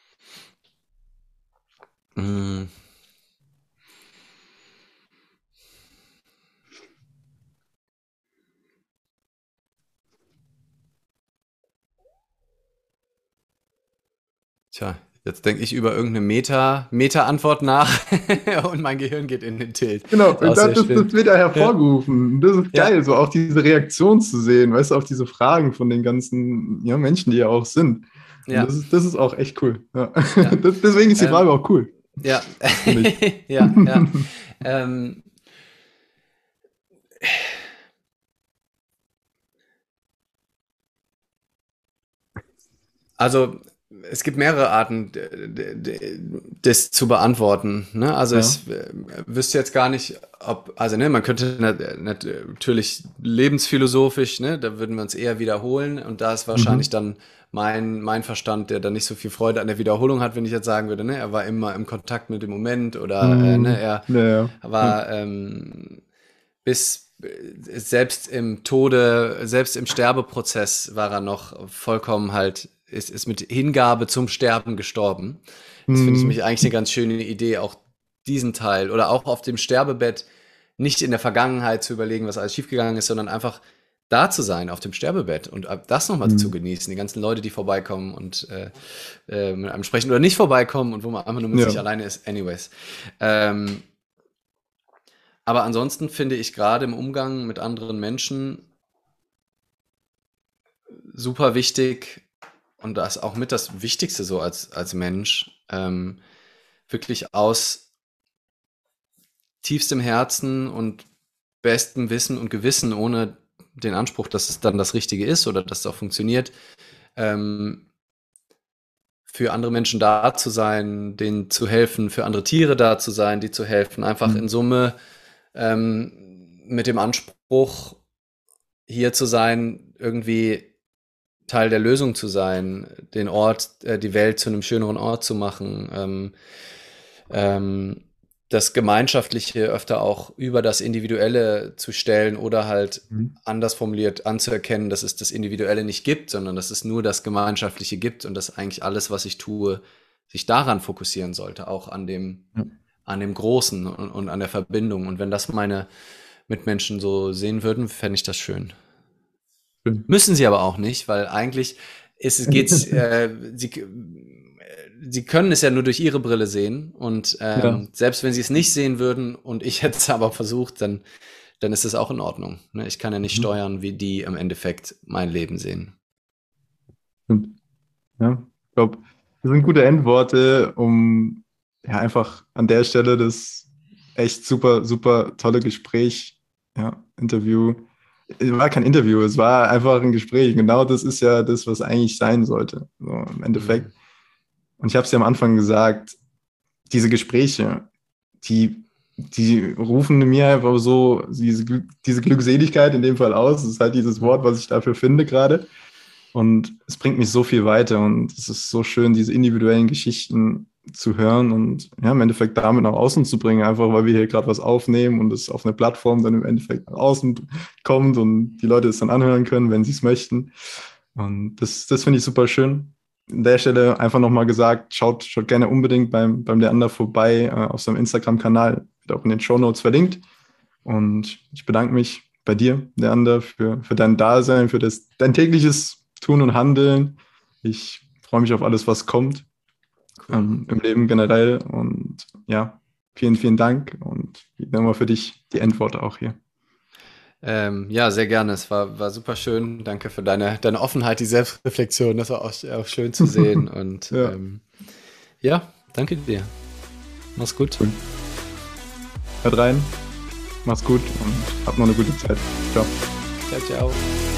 Tja, jetzt denke ich über irgendeine Meta-Antwort nach und mein Gehirn geht in den Tilt. Genau, das wird ja hervorgerufen. Ja. Das ist geil, so auch diese Reaktion zu sehen, weißt du, auf diese Fragen von den ganzen Menschen, die ja auch sind. Ja. Das ist auch echt cool. Ja. Ja. Deswegen ist die Frage auch cool. Ja, ja. Also es gibt mehrere Arten, das zu beantworten. Ne? Also ich wüsste jetzt gar nicht, man könnte natürlich lebensphilosophisch, ne, da würden wir uns eher wiederholen und da ist wahrscheinlich dann mein Verstand, der dann nicht so viel Freude an der Wiederholung hat, wenn ich jetzt sagen würde, ne, er war immer im Kontakt mit dem Moment oder er war bis selbst im Tode, selbst im Sterbeprozess war er noch vollkommen halt, ist mit Hingabe zum Sterben gestorben. Das finde ich nämlich eigentlich eine ganz schöne Idee, auch diesen Teil oder auch auf dem Sterbebett nicht in der Vergangenheit zu überlegen, was alles schiefgegangen ist, sondern einfach da zu sein auf dem Sterbebett und das nochmal zu genießen. Die ganzen Leute, die vorbeikommen und mit einem sprechen oder nicht vorbeikommen und wo man einfach nur mit sich alleine ist. Anyways. Aber ansonsten finde ich gerade im Umgang mit anderen Menschen super wichtig und das auch mit das Wichtigste so als Mensch, wirklich aus tiefstem Herzen und bestem Wissen und Gewissen, ohne den Anspruch, dass es dann das Richtige ist oder dass es auch funktioniert, für andere Menschen da zu sein, denen zu helfen, für andere Tiere da zu sein, die zu helfen, einfach in Summe mit dem Anspruch, hier zu sein, irgendwie Teil der Lösung zu sein, den Ort, die Welt zu einem schöneren Ort zu machen, das Gemeinschaftliche öfter auch über das Individuelle zu stellen oder halt anders formuliert anzuerkennen, dass es das Individuelle nicht gibt, sondern dass es nur das Gemeinschaftliche gibt und dass eigentlich alles, was ich tue, sich daran fokussieren sollte, auch an dem Großen und an der Verbindung. Und wenn das meine Mitmenschen so sehen würden, fände ich das schön. Müssen sie aber auch nicht, weil eigentlich sie können es ja nur durch ihre Brille sehen und Ja. selbst wenn sie es nicht sehen würden und ich hätte es aber versucht, dann ist es auch in Ordnung. Ne? Ich kann ja nicht Mhm. steuern, wie die im Endeffekt mein Leben sehen. Stimmt. Ja. Ich glaube, das sind gute Endworte, um ja einfach an der Stelle das echt super, super tolle Gespräch, ja, Interview. Es war kein Interview, es war einfach ein Gespräch. Genau das ist ja das, was eigentlich sein sollte, so im Mhm. Endeffekt. Und ich habe es ja am Anfang gesagt, diese Gespräche, die rufen mir einfach so diese Glückseligkeit in dem Fall aus. Das ist halt dieses Mhm. Wort, was ich dafür finde gerade. Und es bringt mich so viel weiter und es ist so schön, diese individuellen Geschichten zu hören und ja, im Endeffekt damit nach außen zu bringen, einfach weil wir hier gerade was aufnehmen und es auf eine Plattform dann im Endeffekt nach außen kommt und die Leute es dann anhören können, wenn sie es möchten. Und das finde ich super schön. An der Stelle einfach nochmal gesagt, schaut gerne unbedingt beim Leander vorbei auf seinem Instagram-Kanal, wird auch in den Shownotes verlinkt. Und ich bedanke mich bei dir, Leander, für dein Dasein, für dein tägliches Tun und Handeln. Ich freue mich auf alles, was kommt Cool. im Leben generell. Und ja, vielen, vielen Dank. Und wie immer für dich die Endworte auch hier. Ja, sehr gerne. Es war super schön. Danke für deine Offenheit, die Selbstreflexion. Das war auch schön zu sehen. Und Ja, ja, danke dir. Mach's gut. cool. Hört rein, mach's gut und habt noch eine gute Zeit. Ciao. Ciao, ciao.